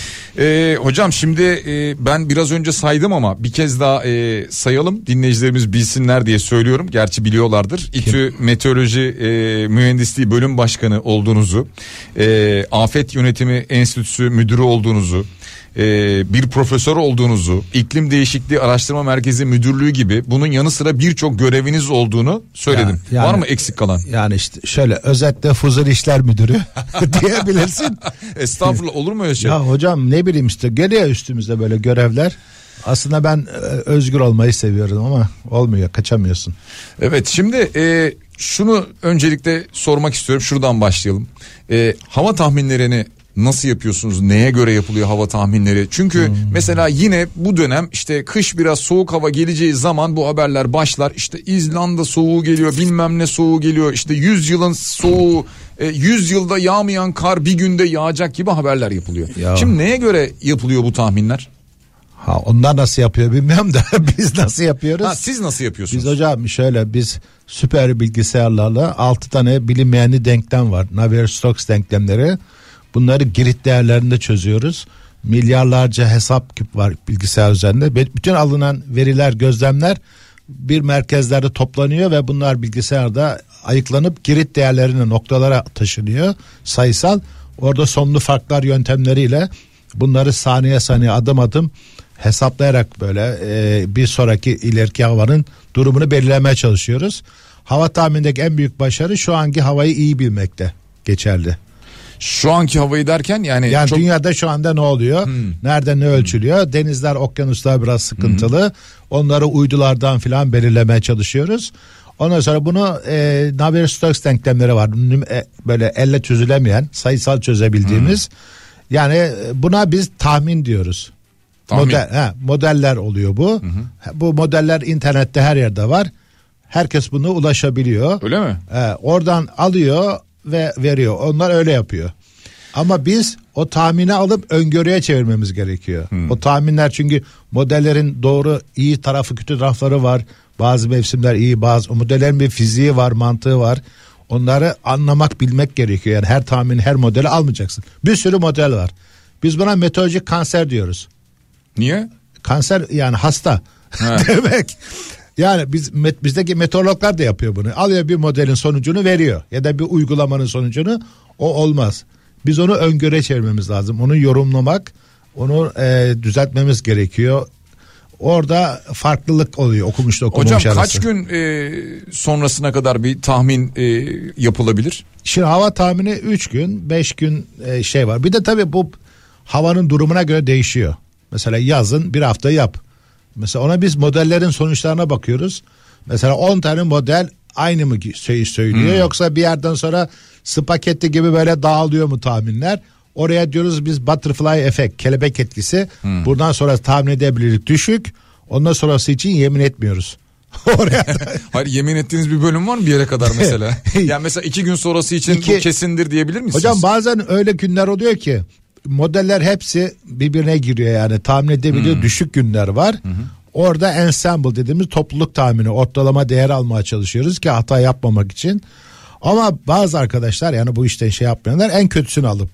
Ee, hocam şimdi e, ben biraz önce saydım ama bir kez daha e, sayalım, dinleyicilerimiz bilsinler diye söylüyorum. Gerçi biliyorlardır. İTÜ Meteoroloji e, Mühendisliği Bölüm Başkanı olduğunuzu, e, Afet Yönetimi Enstitüsü Müdürü olduğunuzu, e, bir profesör olduğunuzu, İklim Değişikliği Araştırma Merkezi Müdürlüğü gibi bunun yanı sıra birçok göreviniz olduğunu söyledim. Ya, yani, var mı eksik kalan? Yani işte şöyle özetle Fuzul İşler Müdürü diyebilirsin. Estağfurullah, olur mu öyle şey? Ya hocam ne bileyim işte geliyor üstümüzde böyle görevler. Aslında ben e, özgür olmayı seviyorum ama olmuyor, kaçamıyorsun. Evet, şimdi e, şunu öncelikle sormak istiyorum, şuradan başlayalım. E, hava tahminlerini nasıl yapıyorsunuz? Neye göre yapılıyor hava tahminleri? Çünkü hmm. mesela yine bu dönem işte kış biraz soğuk hava geleceği zaman bu haberler başlar. İşte İzlanda soğuğu geliyor, bilmem ne soğuğu geliyor. İşte yüz yılın soğuğu, yüz yılda yağmayan kar bir günde yağacak gibi haberler yapılıyor. Ya. Şimdi neye göre yapılıyor bu tahminler? Ha, onlar nasıl yapıyor bilmiyorum da biz nasıl yapıyoruz? Ha, siz nasıl yapıyorsunuz? Biz hocam şöyle, biz süper bilgisayarlarla altı tane bilinmeyeni denklem var. Navier-Stokes denklemleri. Bunları girit değerlerinde çözüyoruz. Milyarlarca hesap küp var bilgisayar üzerinde. Bütün alınan veriler, gözlemler bir merkezlerde toplanıyor ve bunlar bilgisayarda ayıklanıp girit değerlerini noktalara taşınıyor sayısal. Orada sonlu farklar yöntemleriyle bunları saniye saniye adım adım hesaplayarak böyle e, bir sonraki ileriki havanın durumunu belirlemeye çalışıyoruz. Hava tahminindeki en büyük başarı şu anki havayı iyi bilmekte geçerli. Şu anki havayı derken yani, yani çok... dünyada şu anda ne oluyor? Hmm. Nerede ne ölçülüyor? Hmm. Denizler, okyanuslar biraz sıkıntılı. Hmm. Onları uydulardan filan belirlemeye çalışıyoruz. Ondan sonra bunu e, Navier-Stokes denklemleri var. E, böyle elle çözülemeyen, sayısal çözebildiğimiz. Hmm. Yani buna biz tahmin diyoruz. Tahmin. Model, he, modeller oluyor bu. Hı hı. Bu modeller internette her yerde var. Herkes buna ulaşabiliyor. Öyle mi? He, oradan alıyor ve veriyor. Onlar öyle yapıyor. Ama biz o tahmini alıp öngörüye çevirmemiz gerekiyor. Hmm. O tahminler çünkü modellerin doğru iyi tarafı kötü tarafları var. Bazı mevsimler iyi, bazı modellerin bir fiziği var, mantığı var. Onları anlamak, bilmek gerekiyor. Yani her tahmin, her modeli almayacaksın. Bir sürü model var. Biz buna meteorolojik kanser diyoruz. Niye? Kanser yani hasta demek. Yani biz met, bizdeki meteorologlar da yapıyor bunu. Alıyor bir modelin sonucunu veriyor ya da bir uygulamanın sonucunu, o olmaz. Biz onu öngöre çevirmemiz lazım. Onu yorumlamak, onu e, düzeltmemiz gerekiyor. Orada farklılık oluyor okumuşla okumamış Hocam arası. Kaç gün e, sonrasına kadar bir tahmin e, yapılabilir? Şimdi hava tahmini üç gün beş gün e, şey var. Bir de tabii bu havanın durumuna göre değişiyor. Mesela yazın bir hafta yap. Mesela ona biz modellerin sonuçlarına bakıyoruz. Mesela on tane model aynı mı şeyi söylüyor hmm. yoksa bir yerden sonra spagetti gibi böyle dağılıyor mu tahminler? Oraya diyoruz biz butterfly efekt, kelebek etkisi. Hmm. Buradan sonra tahmin edebilirlik düşük. Ondan sonrası için yemin etmiyoruz. Oraya Hayır, yemin ettiğiniz bir bölüm var mı bir yere kadar mesela? Yani mesela iki gün sonrası için iki, bu kesindir diyebilir misiniz? Hocam bazen öyle günler oluyor ki modeller hepsi birbirine giriyor, yani tahmin edebiliyor hmm. düşük günler var. Hmm. Orada ensemble dediğimiz topluluk tahmini, ortalama değer almaya çalışıyoruz ki hata yapmamak için. Ama bazı arkadaşlar, yani bu işten şey yapmayanlar, en kötüsünü alıp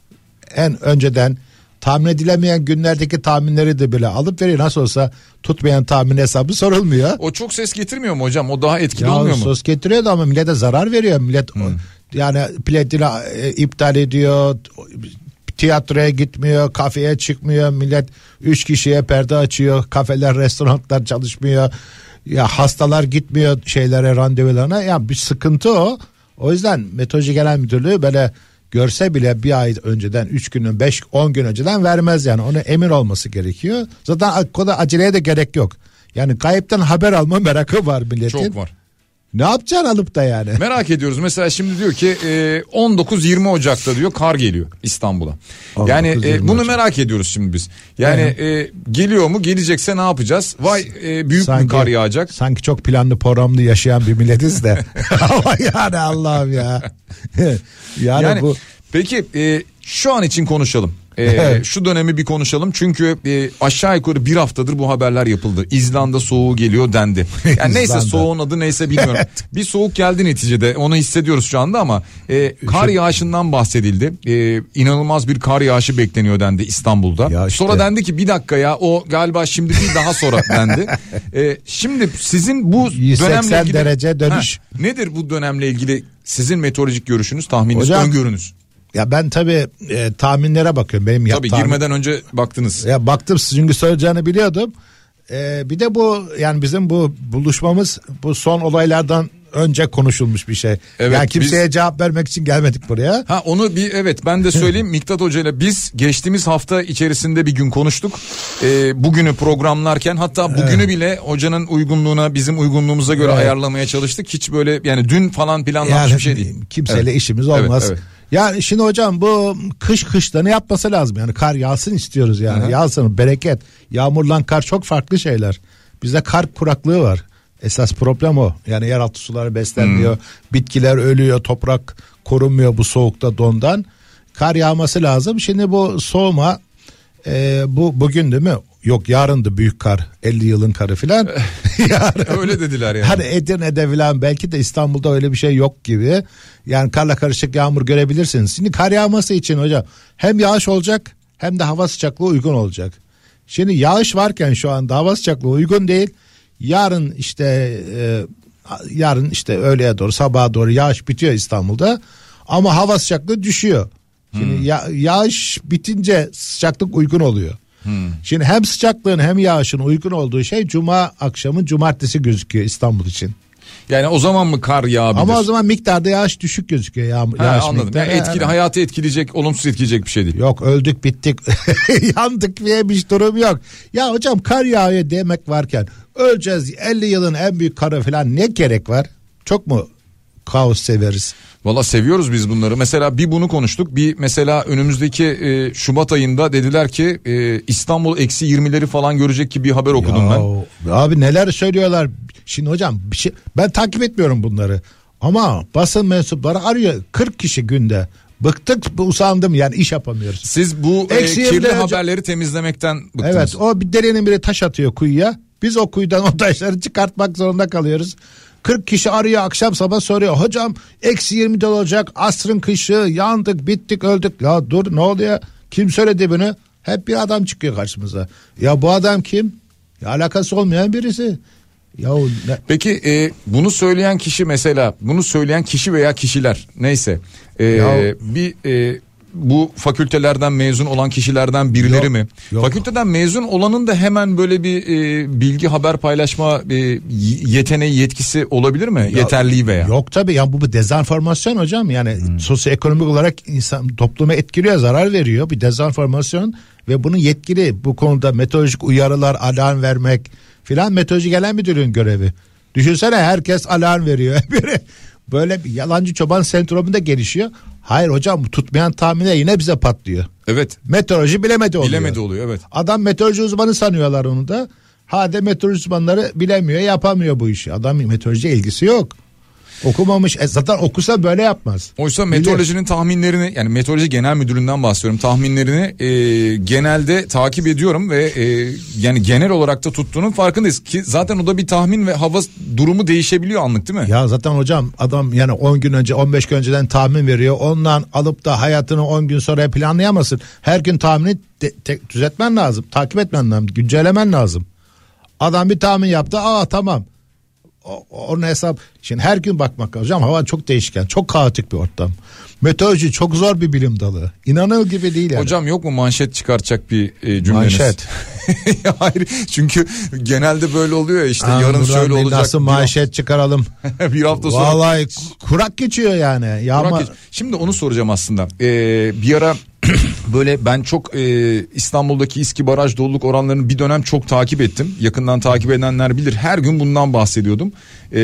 en önceden tahmin edilemeyen günlerdeki tahminleri de bile alıp veriyor. Nasıl olsa tutmayan tahmin hesabı sorulmuyor. O çok ses getirmiyor mu hocam? O daha etkili ya olmuyor mu? Ses getiriyor da ama millete zarar veriyor. Millet hmm. yani biletini iptal ediyor, tiyatroya gitmiyor, kafeye çıkmıyor. Millet üç kişiye perde açıyor. Kafeler, restoranlar çalışmıyor. Ya hastalar gitmiyor şeylere, randevularına. Ya bir sıkıntı o. O yüzden Meteoroloji Genel Müdürlüğü böyle görse bile bir ay önceden, üç günün, beş, on gün önceden vermez yani. Ona emin olması gerekiyor. Zaten o kadar aceleye de gerek yok. Yani kayıptan haber alma merakı var milletin. Çok var. Ne yapacaksın alıp da yani? Merak ediyoruz. Mesela şimdi diyor ki on dokuz yirmi Ocak'ta diyor kar geliyor İstanbul'a. Yani e, bunu Ocak. merak ediyoruz şimdi biz. Yani e, geliyor mu? Gelecekse ne yapacağız? Vay e, büyük sanki, bir kar yağacak. Sanki çok planlı programlı yaşayan bir milletiz de. Ama yani Allah'ım ya. yani, yani bu. Peki e, şu an için konuşalım. Ee, şu dönemi bir konuşalım çünkü e, aşağı yukarı bir haftadır bu haberler yapıldı. İzlanda soğuğu geliyor dendi. Yani neyse, soğuğun adı neyse bilmiyorum. Bir soğuk geldi neticede, onu hissediyoruz şu anda ama e, kar yağışından bahsedildi. E, inanılmaz bir kar yağışı bekleniyor dendi İstanbul'da. Ya işte. Sonra dendi ki bir dakika ya, o galiba şimdi değil daha sonra dendi. E, şimdi sizin bu dönemle ilgili derece dönüş. Ha, nedir bu dönemle ilgili sizin meteorolojik görüşünüz, tahmininiz, hocam, öngörünüz? Ya ben tabii e, tahminlere bakıyorum. Benim tabii tahmin... girmeden önce baktınız. Ya baktım, çünkü söyleyeceğini biliyordum. E, bir de bu, yani bizim bu buluşmamız bu son olaylardan önce konuşulmuş bir şey. Evet, yani kimseye biz... cevap vermek için gelmedik buraya. Ha onu bir evet ben de söyleyeyim. Miktat Hoca ile biz geçtiğimiz hafta içerisinde bir gün konuştuk. Ee, bugünü programlarken, hatta bugünü evet. bile hocanın uygunluğuna, bizim uygunluğumuza göre evet. ayarlamaya çalıştık. Hiç böyle yani dün falan planlanmış yani, bir şey değil. Kimseyle evet. işimiz olmaz. Evet, evet. Yani şimdi hocam bu kış kışta ne yapması lazım? Yani kar yağsın istiyoruz yani. Hı-hı. Yağsın, bereket. Yağmurla kar çok farklı şeyler. Bizde kar kuraklığı var. Esas problem o. Yani yeraltı suları beslenmiyor. Hmm. Bitkiler ölüyor. Toprak korunmuyor bu soğukta, dondan. Kar yağması lazım. Şimdi bu soğuma e, bu bugün değil mi? Yok, yarındı büyük kar. elli yılın karı filan. Öyle dediler yani. Hani Edirne'de filan, belki de İstanbul'da öyle bir şey yok gibi. Yani karla karışık yağmur görebilirsiniz. Şimdi kar yağması için hocam hem yağış olacak hem de hava sıcaklığı uygun olacak. Şimdi yağış varken şu anda hava sıcaklığı uygun değil. Yarın işte e, yarın işte öğleye doğru sabaha doğru yağış bitiyor İstanbul'da ama hava sıcaklığı düşüyor. Şimdi hmm. ya, yağış bitince sıcaklık uygun oluyor. Hmm. Şimdi hem sıcaklığın hem yağışın uygun olduğu şey cuma akşamı cumartesi gözüküyor İstanbul için. Yani o zaman mı kar yağabilir? Ama o zaman miktarda yağış düşük gözüküyor. Yağ, ha, yağış anladım. miktarı. Yani etkili, hayatı etkileyecek, olumsuz etkileyecek bir şey değil. Yok, öldük bittik yandık diye bir durum yok. Ya hocam kar yağıyor demek varken öleceğiz elli yılın en büyük karı falan ne gerek var? Çok mu kaos severiz? Valla seviyoruz biz bunları. Mesela bir bunu konuştuk. Bir mesela önümüzdeki e, Şubat ayında dediler ki e, İstanbul eksi yirmileri falan görecek gibi bir haber okudum ya, ben. Abi neler söylüyorlar. Şimdi hocam bir şey, ben takip etmiyorum bunları. Ama basın mensupları arıyor kırk kişi günde. Bıktık, usandım yani, iş yapamıyoruz. Siz bu e, kirli haberleri temizlemekten bıktınız. Evet, o bir derinin biri taş atıyor kuyuya. Biz o kuyudan o taşları çıkartmak zorunda kalıyoruz. kırk kişi arıyor akşam sabah soruyor. Hocam eksi yirmi olacak, asrın kışı, yandık bittik öldük. Ya dur, ne oluyor? Kim söyledi bunu? Hep bir adam çıkıyor karşımıza. Ya bu adam kim? Ya alakası olmayan birisi. Ya ne? Peki e, bunu söyleyen kişi, mesela bunu söyleyen kişi veya kişiler neyse e, Ya, bir e, bu fakültelerden mezun olan kişilerden birileri yok, mi? Yok. Fakülteden mezun olanın da hemen böyle bir e, bilgi haber paylaşma e, yeteneği, yetkisi olabilir mi? Ya, yeterliği veya? Yok tabii ya, bu bir dezenformasyon hocam. Yani hmm. sosyoekonomik olarak insan topluma etkiliyor, zarar veriyor. Bir dezenformasyon ve bunun yetkili bu konuda meteorolojik uyarılar, alarm vermek filan meteoroloji genel müdürlüğün görevi. Düşünsene, herkes alarm veriyor. Böyle bir yalancı çoban sendromu da gelişiyor. Hayır hocam, tutmayan tahmine yine bize patlıyor. Evet. Meteoroloji bilemedi oluyor. Bilemedi oluyor, evet. Adam meteoroloji uzmanı sanıyorlar onu da. Hadi meteoroloji uzmanları bilemiyor, yapamıyor bu işi. Adam meteorolojiye ilgisi yok. Okumamış. E zaten okusa böyle yapmaz. Oysa meteorolojinin tahminlerini, yani meteoroloji genel müdürlüğünden bahsediyorum, tahminlerini e, genelde takip ediyorum ve e, yani genel olarak da tuttuğunun farkındayız ki zaten o da bir tahmin ve hava durumu değişebiliyor anlık, değil mi? Ya zaten hocam adam yani on gün önce, on beş gün önceden tahmin veriyor. Ondan alıp da hayatını on gün sonra planlayamazsın. Her gün tahmini de, te, düzeltmen lazım, takip etmen lazım, güncellemen lazım. Adam bir tahmin yaptı, aa tamam. O, onun hesap. Şimdi her gün bakmak hocam, hava çok değişken, çok kaotik bir ortam. Meteoroloji çok zor bir bilim dalı. İnanılır gibi değil yani. Hocam yok mu manşet çıkartacak bir e, cümleniz? Manşet. Hayır, çünkü genelde böyle oluyor ya işte. Aa, yarın şöyle olacak. Nasıl manşet hafta... çıkaralım? bir hafta sonra. Vallahi kurak geçiyor yani. Yağma... Geç... Şimdi onu soracağım aslında. Ee, bir ara böyle ben çok e, İstanbul'daki İSKİ baraj doluluk oranlarını bir dönem çok takip ettim. Yakından takip edenler bilir. Her gün bundan bahsediyordum. Ee,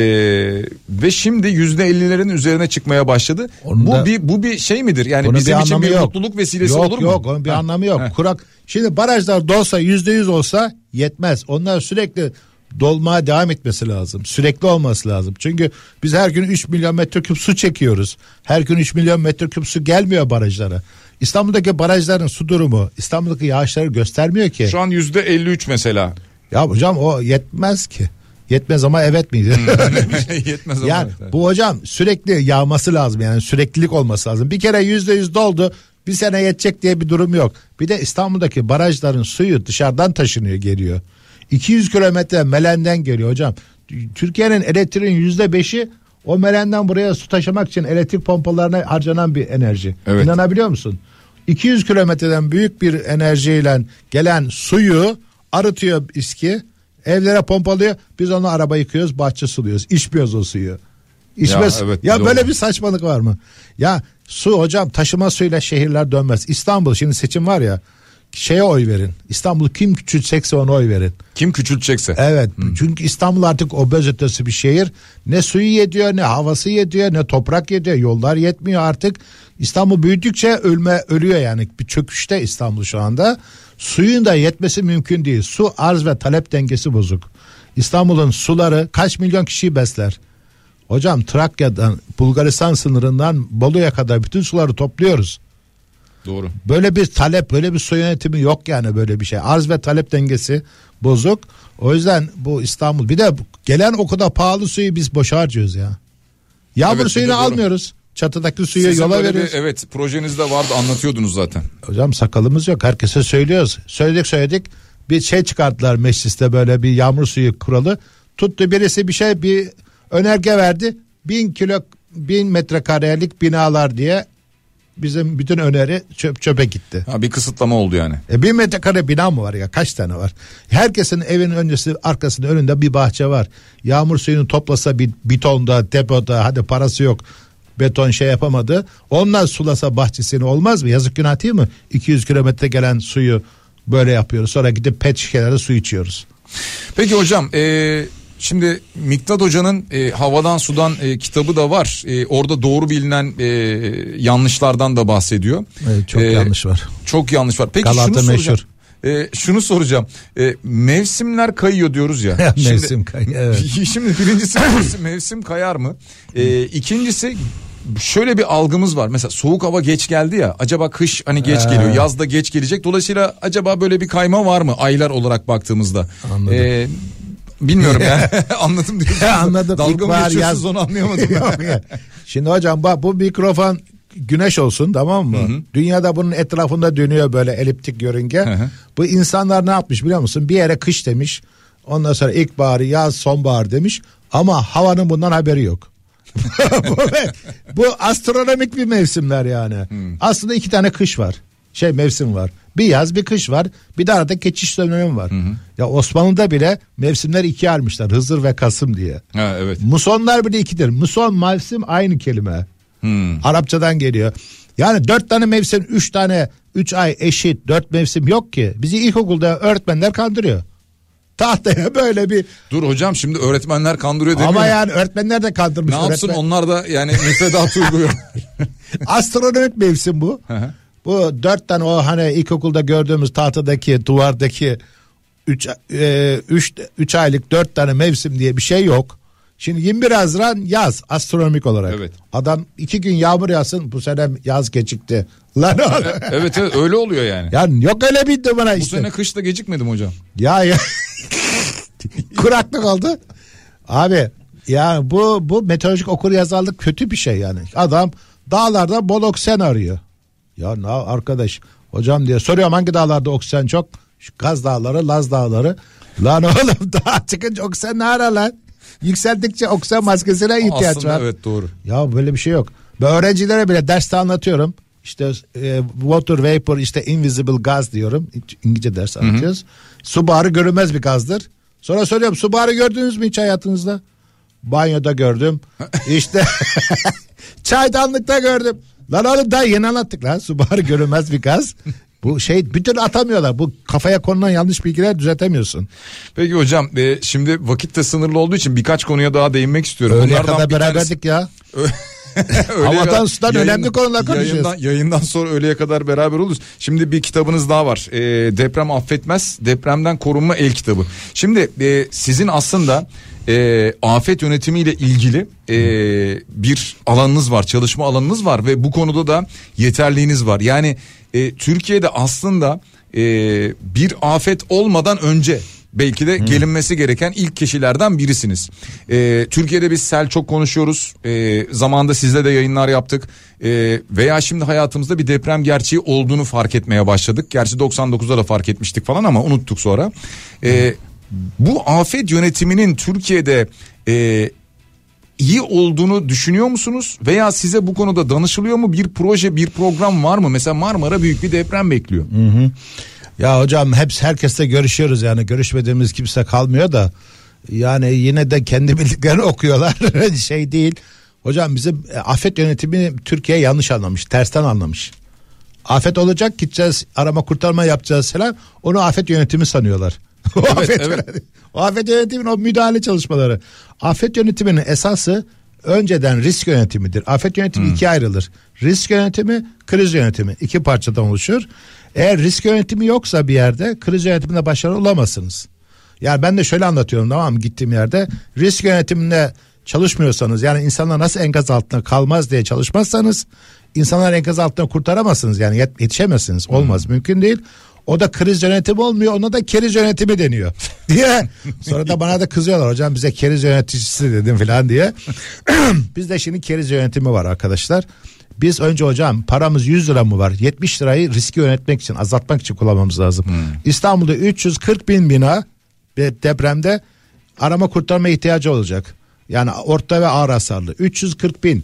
ve şimdi yüzde ellilerin üzerine çıkmaya başladı. Onun bu da, bir bu bir şey midir? Yani bizim bir için bir yok. Mutluluk vesilesi yok, olur mu? Yok yok, bir ha. anlamı yok. Ha. Kurak. Şimdi barajlar dolsa, yüzde yüz olsa yetmez. Onlar sürekli dolmaya devam etmesi lazım. Sürekli olması lazım. Çünkü biz her gün üç milyon metreküp su çekiyoruz. Her gün üç milyon metreküp su gelmiyor barajlara. İstanbul'daki barajların su durumu İstanbul'daki yağışları göstermiyor ki. Şu an yüzde elli üç mesela. Ya hocam o yetmez ki. Yetmez ama evet miydi? Yetmez ama. Yani evet. Bu hocam sürekli yağması lazım, yani süreklilik olması lazım. Bir kere yüzde yüz doldu, bir sene yetecek diye bir durum yok. Bir de İstanbul'daki barajların suyu dışarıdan taşınıyor, geliyor. iki yüz kilometre Melen'den geliyor hocam. Türkiye'nin elektriğin yüzde beşi o Melen'den buraya su taşımak için elektrik pompalarına harcanan bir enerji. Evet. İnanabiliyor musun? iki yüz kilometreden büyük bir enerjiyle gelen suyu arıtıyor İSKİ. Evlere pompalıyor. Biz onu araba yıkıyoruz, bahçe suluyoruz. İçmiyoruz o suyu. İçmez. Ya, evet, ya böyle bir saçmalık var mı? Ya su hocam, taşıma suyla şehirler dönmez. İstanbul, şimdi seçim var ya, şeye oy verin. İstanbul kim küçültecekse ona oy verin. Kim küçültecekse. Evet. Hmm. Çünkü İstanbul artık obezitesi bir şehir. Ne suyu yediyor, ne havası yediyor, ne toprak yediyor. Yollar yetmiyor artık. İstanbul büyüdükçe ölme ölüyor yani. Bir çöküşte İstanbul şu anda. Suyun da yetmesi mümkün değil. Su arz ve talep dengesi bozuk. İstanbul'un suları kaç milyon kişiyi besler? Hocam Trakya'dan, Bulgaristan sınırından Bolu'ya kadar bütün suları topluyoruz. Doğru. Böyle bir talep, böyle bir su yönetimi yok yani, böyle bir şey. Arz ve talep dengesi bozuk. O yüzden bu İstanbul, bir de gelen o kadar pahalı suyu biz boşa harcıyoruz ya. Yağmur evet, suyunu almıyoruz. Çatıdaki suyu Sizin yola veriyoruz. Bir, evet, projenizde vardı, anlatıyordunuz zaten. Hocam sakalımız yok, herkese söylüyoruz. Söyledik söyledik bir şey çıkarttılar mecliste, böyle bir yağmur suyu kuralı. Tuttu birisi bir şey bir önerge verdi. Bin kilo bin metrekarelik binalar diye bizim bütün öneri çöp çöpe gitti. Ha, bir kısıtlama oldu yani. E bin metrekare bina mı var ya, kaç tane var? Herkesin evinin öncesi arkasında önünde bir bahçe var. Yağmur suyunu toplasa bir betonda depoda, hadi parası yok. Beton şey yapamadı. Onlar sulasa bahçesini olmaz mı? Yazık günah değil mi? iki yüz kilometre gelen suyu böyle yapıyoruz. Sonra gidip pet şişelerde su içiyoruz. Peki hocam e, şimdi Miktat Hoca'nın e, Havadan Sudan e, kitabı da var. E, orada doğru bilinen e, yanlışlardan da bahsediyor. Evet, çok e, yanlış var. Çok yanlış var. Peki Galata şunu soracağım. meşhur. E, şunu soracağım. E, mevsimler kayıyor diyoruz ya. Mevsim şimdi, kayıyor. Evet. Şimdi birincisi mevsim, mevsim kayar mı? E, ikincisi şöyle bir algımız var. Mesela soğuk hava geç geldi ya. Acaba kış hani geç Ee. geliyor. Yaz da geç gelecek. Dolayısıyla acaba böyle bir kayma var mı aylar olarak baktığımızda? Anladım. E, bilmiyorum yani. Anladım diyorsunuz. Anladım. Dalga mı İlkbahar, geçiyorsunuz yaz. onu anlayamadım ben. Yok ya. Şimdi hocam bak, bu mikrofon güneş olsun, tamam mı? Hı hı. Dünyada bunun etrafında dönüyor böyle eliptik yörünge. Hı hı. Bu insanlar ne yapmış biliyor musun? Bir yere kış demiş. Ondan sonra ilkbahar, yaz, sonbahar demiş. Ama havanın bundan haberi yok. bu, bu astronomik bir mevsimler yani. Hmm. Aslında iki tane kış var. Şey mevsim var. Bir yaz, bir kış var. Bir de arada geçiş dönemi var. Hı hı. Ya Osmanlı'da bile mevsimler ikiye ayırmışlar. Hızır ve Kasım diye. Ha, evet. Musonlar bile ikidir. Muson, mevsim aynı kelime. Hmm. Arapçadan geliyor. Yani dört tane mevsim, üç tane, üç ay eşit, dört mevsim yok ki. Bizi ilkokulda öğretmenler kandırıyor. Tahtaya böyle bir... Dur hocam, şimdi öğretmenler kandırıyor demiyor. Ama yani öğretmenler de kandırmış. Ne yapsın öğretmen... onlar da yani müfredat uyguluyor. Astronomik mevsim bu. Bu dört tane o hani ilkokulda gördüğümüz tahtadaki, duvardaki üç, e, üç, üç aylık dört tane mevsim diye bir şey yok. Şimdi yirmi bir Haziran yaz astronomik olarak. Evet. Adam iki gün yağmur yağsın, bu sene yaz gecikti. Lan oğlum. Evet, evet öyle oluyor yani. Yani yok öyle bildi bana işte. Bu sene kışta gecikmedim hocam. Ya ya. Kuraklık oldu. Abi ya bu bu meteorolojik okuryazarlık kötü bir şey yani. Adam dağlarda bol oksijen arıyor. Ya ne arkadaş, hocam diye soruyorum, hangi dağlarda oksijen çok? Şu Kaz Dağları, Laz Dağları. Lan oğlum, dağa çıkınca oksijen ne ara lan? Yükseldikçe oksijen maskesine ihtiyaç Aslında var. evet, doğru. Ya böyle bir şey yok. Ben öğrencilere bile derste anlatıyorum. İşte e, water vapor, işte invisible gaz diyorum. İngilizce ders anlatıyoruz. Hı hı. Su buharı görünmez bir gazdır. Sonra söylüyorum, su buharı gördünüz mü hiç hayatınızda? Banyoda gördüm. İşte çaydanlıkta gördüm. Lan oğlum daha yeni anlattık lan. Su buharı görünmez bir gaz. Bu şey bütün atamıyorlar. Bu kafaya konulan yanlış bilgiler düzeltemiyorsun. Peki hocam, e, şimdi vakit de sınırlı olduğu için birkaç konuya daha değinmek istiyorum. Öğleye kadar beraberdik ya. Havadan sudan yayın, önemli konular konuşuyoruz. Yayından, yayından sonra öğleye kadar beraber oluruz. Şimdi bir kitabınız daha var. E, Deprem Affetmez, Depremden Korunma El Kitabı. Şimdi e, sizin aslında e, afet yönetimiyle ilgili e, bir alanınız var, çalışma alanınız var ve bu konuda da yeterliğiniz var. Yani e, Türkiye'de aslında e, bir afet olmadan önce belki de hmm. gelinmesi gereken ilk kişilerden birisiniz. Ee, Türkiye'de biz sel çok konuşuyoruz. Ee, zamanında sizle de yayınlar yaptık. Ee, veya şimdi hayatımızda bir deprem gerçeği olduğunu fark etmeye başladık. Gerçi doksan dokuzda da fark etmiştik falan ama unuttuk sonra. Ee, bu afet yönetiminin Türkiye'de e, iyi olduğunu düşünüyor musunuz? Veya size bu konuda danışılıyor mu? Bir proje, bir program var mı? Mesela Marmara büyük bir deprem bekliyor. Hı hı. Ya hocam hepsi herkesle görüşüyoruz, yani görüşmediğimiz kimse kalmıyor da yani yine de kendi bildiklerini okuyorlar. Şey değil hocam, bizim afet yönetimi Türkiye yanlış anlamış, tersten anlamış. Afet olacak, gideceğiz arama kurtarma yapacağız falan, onu afet yönetimi sanıyorlar. o, evet, afet evet. Yönetimi, o afet yönetiminin o müdahale çalışmaları. Afet yönetiminin esası önceden risk yönetimidir. Afet yönetimi hmm. ikiye ayrılır. Risk yönetimi, kriz yönetimi, iki parçadan oluşur. Eğer risk yönetimi yoksa bir yerde kriz yönetiminde başarılı olamazsınız. Yani ben de şöyle anlatıyorum, tamam mı, gittiğim yerde risk yönetiminde çalışmıyorsanız, yani insanlar nasıl enkaz altında kalmaz diye çalışmazsanız insanlar enkaz altında kurtaramazsınız, yani yetişemezsiniz, olmaz, hmm. mümkün değil. O da kriz yönetimi olmuyor, ona da keriz yönetimi deniyor diye. Sonra da bana da kızıyorlar, hocam bize keriz yöneticisi dedim falan diye. Bizde şimdi keriz yönetimi var arkadaşlar. Biz önce hocam paramız yüz lira mı var? yetmiş lirayı riski yönetmek için, azaltmak için kullanmamız lazım. Hmm. İstanbul'da üç yüz kırk bin bina depremde arama kurtarma ihtiyacı olacak. Yani orta ve ağır hasarlı. üç yüz kırk bin.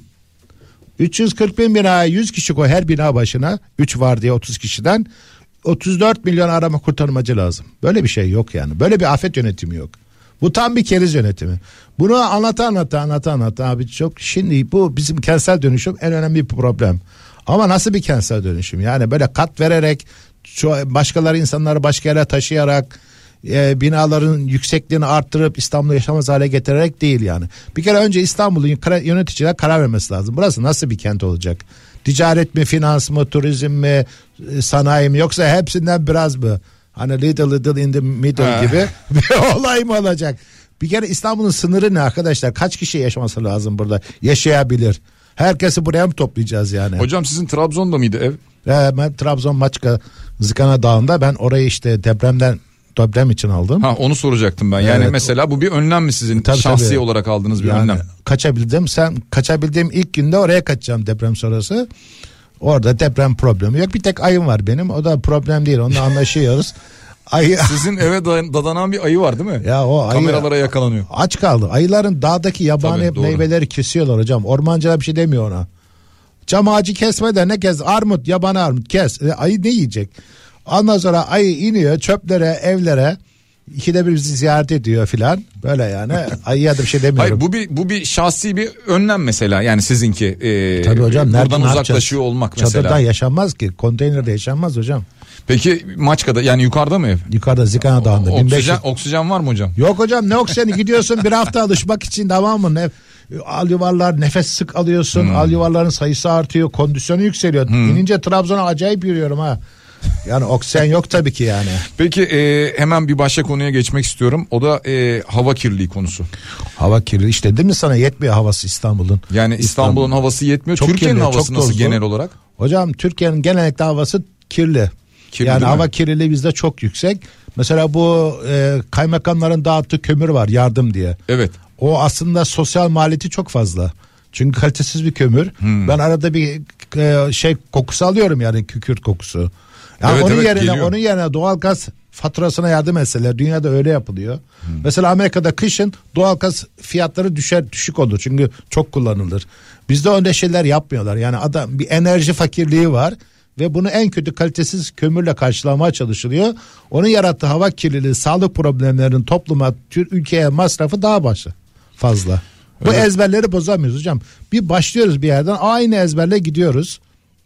üç yüz kırk bin binaya yüz kişi koy her bina başına. üç var diye otuz kişiden. otuz dört milyon arama kurtarmacı lazım. Böyle bir şey yok yani. Böyle bir afet yönetimi yok. Bu tam bir keriz yönetimi. Bunu anlata anlata anlata anlata abi çok. Şimdi bu bizim kentsel dönüşüm en önemli bir problem. Ama nasıl bir kentsel dönüşüm? Yani böyle kat vererek, başkaları insanları başka yere taşıyarak, e, binaların yüksekliğini arttırıp İstanbul'u yaşamaz hale getirerek değil yani. Bir kere önce İstanbul'un yöneticiler karar vermesi lazım. Burası nasıl bir kent olacak? Ticaret mi, finans mı, turizm mi, sanayi mi, yoksa hepsinden biraz mı? Hani little little in the middle gibi bir olay mı olacak? Bir kere İstanbul'un sınırı ne arkadaşlar? Kaç kişi yaşaması lazım burada? Yaşayabilir. Herkesi buraya mı toplayacağız yani? Hocam sizin Trabzon'da mıydı ev? Ee, ben Trabzon Maçka Zıkana Dağı'nda, ben orayı işte depremden deprem için aldım. Ha, onu soracaktım ben. Yani evet. Mesela bu bir önlem mi sizin tabii, şahsi tabii. olarak aldığınız bir yani, önlem? Kaçabildim. Sen kaçabildiğim ilk günde oraya kaçacağım deprem sonrası. Orada deprem problemi yok. Bir tek ayım var benim. O da problem değil. Onunla anlaşıyoruz. Ayı... Sizin eve dadanan bir ayı var değil mi? Ya o ayı... Kameralara yakalanıyor. Aç kaldı. Ayıların dağdaki yabani tabii, meyveleri kesiyorlar hocam. Ormancılar bir şey demiyor ona. Çam ağacı kesme de ne kes? Armut, yabani armut kes. E, ayı ne yiyecek? Ondan sonra ayı iniyor çöplere, evlere. İkide bir bizi ziyaret ediyor filan. Böyle yani. Ayıya da bir şey demiyorum. Hayır, bu bir bu bir şahsi bir önlem mesela. Yani sizinki. E, Tabii hocam. Buradan uzaklaşıyor olmak mesela. Çadırda yaşanmaz ki. Konteynerde yaşanmaz hocam. Peki Maçka'da, yani yukarıda mı ev? Yukarıda Zikana Dağı'nda. Oksijen, oksijen var mı hocam? Yok hocam, ne oksijeni, gidiyorsun bir hafta alışmak için, tamam mı? Ne, al yuvarlar, nefes sık alıyorsun. Hmm. Al yuvarların sayısı artıyor. Kondisyonu yükseliyor. Hmm. İnince Trabzon'a acayip yürüyorum ha. Yani oksijen yok tabii ki yani. Peki e, hemen bir başka konuya geçmek istiyorum. O da e, hava kirliliği konusu. Hava kirliliği işte, değil mi, sana yetmiyor havası İstanbul'un. Yani İstanbul'un İstanbul. havası yetmiyor. Çok Türkiye'nin kirli, havası nasıl genel olarak? Hocam Türkiye'nin genellikle havası kirli. Kirli, yani hava kirliliği bizde çok yüksek. Mesela bu e, kaymakamların dağıttığı kömür var, yardım diye. Evet. O aslında sosyal maliyeti çok fazla. Çünkü kalitesiz bir kömür. Hmm. Ben arada bir e, şey kokusu alıyorum, yani kükürt kokusu. Yani evet, onun evet, yerine geliyor. Onun yerine doğalgaz faturasına yardım etseler, dünyada öyle yapılıyor. Hmm. Mesela Amerika'da kışın doğalgaz fiyatları düşer, düşük olur çünkü çok kullanılır. Bizde öyle şeyler yapmıyorlar. Yani adam, bir enerji fakirliği var ve bunu en kötü kalitesiz kömürle karşılamaya çalışılıyor. Onun yarattığı hava kirliliği, sağlık problemlerinin topluma, tür ülkeye masrafı daha başı fazla. Bu evet. Ezberleri bozamıyoruz hocam. Bir başlıyoruz bir yerden, aynı ezberle gidiyoruz.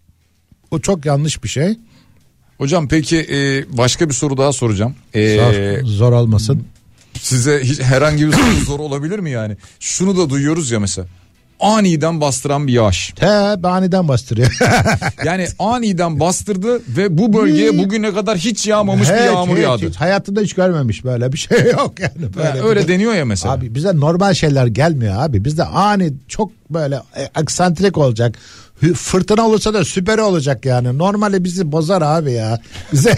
O çok yanlış bir şey. Hocam peki e, başka bir soru daha soracağım. E, zor, zor olmasın. Size hiç, herhangi bir soru zor olabilir mi yani? Şunu da duyuyoruz ya mesela. Aniden bastıran bir yağış. He, aniden bastırıyor. Yani aniden bastırdı ve bu bölgeye bugüne kadar hiç yağmamış hiç, bir yağmur hiç, yağdı. Hiç, hayatında hiç görmemiş, böyle bir şey yok yani. Böyle yani öyle deniyor ya mesela. Abi bize normal şeyler gelmiyor abi. Bizde ani çok böyle aksantrik olacak. Fırtına olursa da süper olacak yani. Normali bizi bozar abi ya. Bize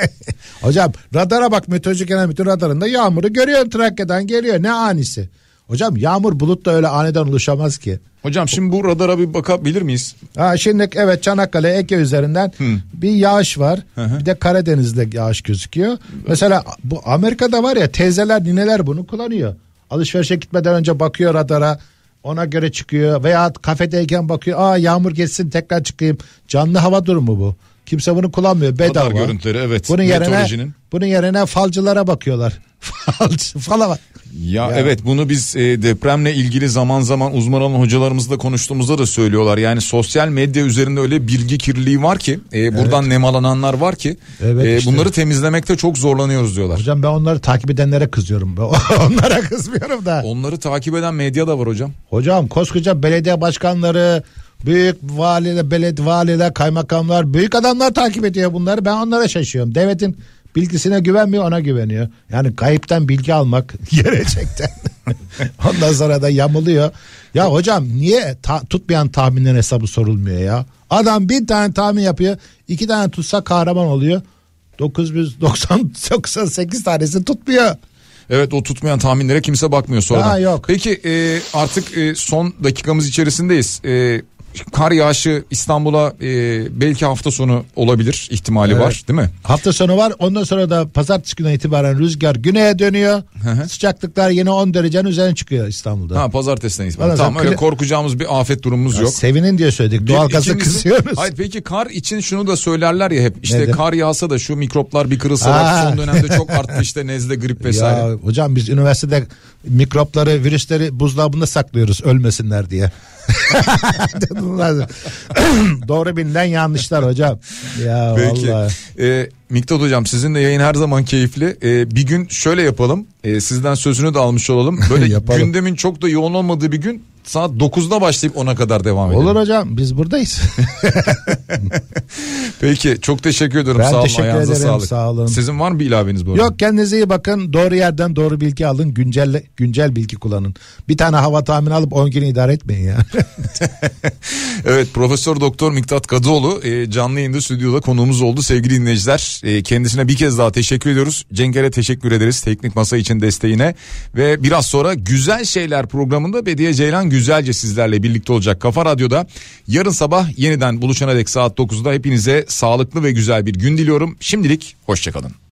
hocam radara bak, meteoroloji genel müdür radarında yağmuru görüyorsun, Trakya'dan geliyor. Ne anisi? Hocam yağmur bulut da öyle aniden oluşamaz ki. Hocam şimdi bu radara bir bakabilir miyiz? Ha, şimdi evet, Çanakkale Ege üzerinden hmm. bir yağış var. Hı-hı. Bir de Karadeniz'de yağış gözüküyor. Mesela bu Amerika'da var ya, teyzeler nineler bunu kullanıyor. Alışverişe gitmeden önce bakıyor radara. Ona göre çıkıyor, veya kafedeyken bakıyor, aa yağmur geçsin tekrar çıkayım. Canlı hava durumu bu. Kimse bunu kullanmıyor, bedava. Radar görüntüleri, evet. Bunun yerine, bunun yerine falcılara bakıyorlar. Falcı falan. Ya, ya evet, bunu biz e, depremle ilgili zaman zaman uzman olan hocalarımızla konuştuğumuzda da söylüyorlar. Yani sosyal medya üzerinde öyle bilgi kirliliği var ki, e, buradan evet. nemalananlar var ki evet, e, işte. bunları temizlemekte çok zorlanıyoruz diyorlar. Hocam ben onları takip edenlere kızıyorum. Onlara kızmıyorum da. Onları takip eden medya da var hocam. Hocam koskoca belediye başkanları, büyük valiler, belediye valiler, kaymakamlar, büyük adamlar takip ediyor bunları. Ben onlara şaşıyorum. Devletin bilgisine güvenmiyor, ona güveniyor. Yani kayıptan bilgi almak gerçekten. Ondan sonra da yamuluyor. Ya hocam niye ta- tutmayan tahminlerin hesabı sorulmuyor ya? Adam bir tane tahmin yapıyor, iki tane tutsa kahraman oluyor. dokuz yüz doksan sekiz tanesi tutmuyor. Evet, o tutmayan tahminlere kimse bakmıyor sonradan. Ha, yok. Peki e, artık e, son dakikamız içerisindeyiz. E, kar yağışı İstanbul'a e, belki hafta sonu olabilir ihtimali Evet. var değil mi? Hafta sonu var, ondan sonra da pazartesi günden itibaren rüzgar güneye dönüyor. hı. Sıcaklıklar yine on derecenin üzerine çıkıyor İstanbul'da. Ha pazartesiden itibaren. Pazartesi- Tamam öyle kli- korkacağımız bir afet durumumuz Ya yok. sevinin diye söyledik. Doğal Bir- gazı ikincisi- kısıyoruz. Hayır peki kar için şunu da söylerler ya hep işte Nedir? kar yağsa da şu mikroplar bir kırılsalar Ha. son dönemde çok arttı işte nezle grip vesaire. Ya hocam biz üniversitede mikropları, virüsleri buzdolabında saklıyoruz ölmesinler diye. Bunlar- Doğru bilinen yanlışlar hocam. Ya Peki. vallahi. Ee, Miktat hocam sizin de yayın her zaman keyifli. Ee, bir gün şöyle yapalım. Ee, sizden sözünü de almış olalım. Böyle Yapalım. gündemin çok da yoğun olmadığı bir gün saat dokuzda başlayıp ona kadar devam edelim. Olur hocam, biz buradayız. Peki çok teşekkür ederim. Ben sağ olun, teşekkür ayağınıza ederim, sağlık. sağ olun. Sizin var mı bir ilaveniz bu arada? Yok, kendinize iyi bakın. Doğru yerden doğru bilgi alın. Güncel güncel bilgi kullanın. Bir tane hava tahmini alıp on gün idare etmeyin ya. Evet, Profesör Doktor Miktat Kadıoğlu e, canlı yayında stüdyoda konuğumuz oldu sevgili dinleyiciler. E, kendisine bir kez daha teşekkür ediyoruz. Cenker'e teşekkür ederiz teknik masa için desteğine. Ve biraz sonra Güzel Şeyler programında Bediye Ceylan Güzelce sizlerle birlikte olacak Kafa Radyo'da. Yarın sabah yeniden buluşana dek saat dokuzda hepinize sağlıklı ve güzel bir gün diliyorum. Şimdilik hoşçakalın.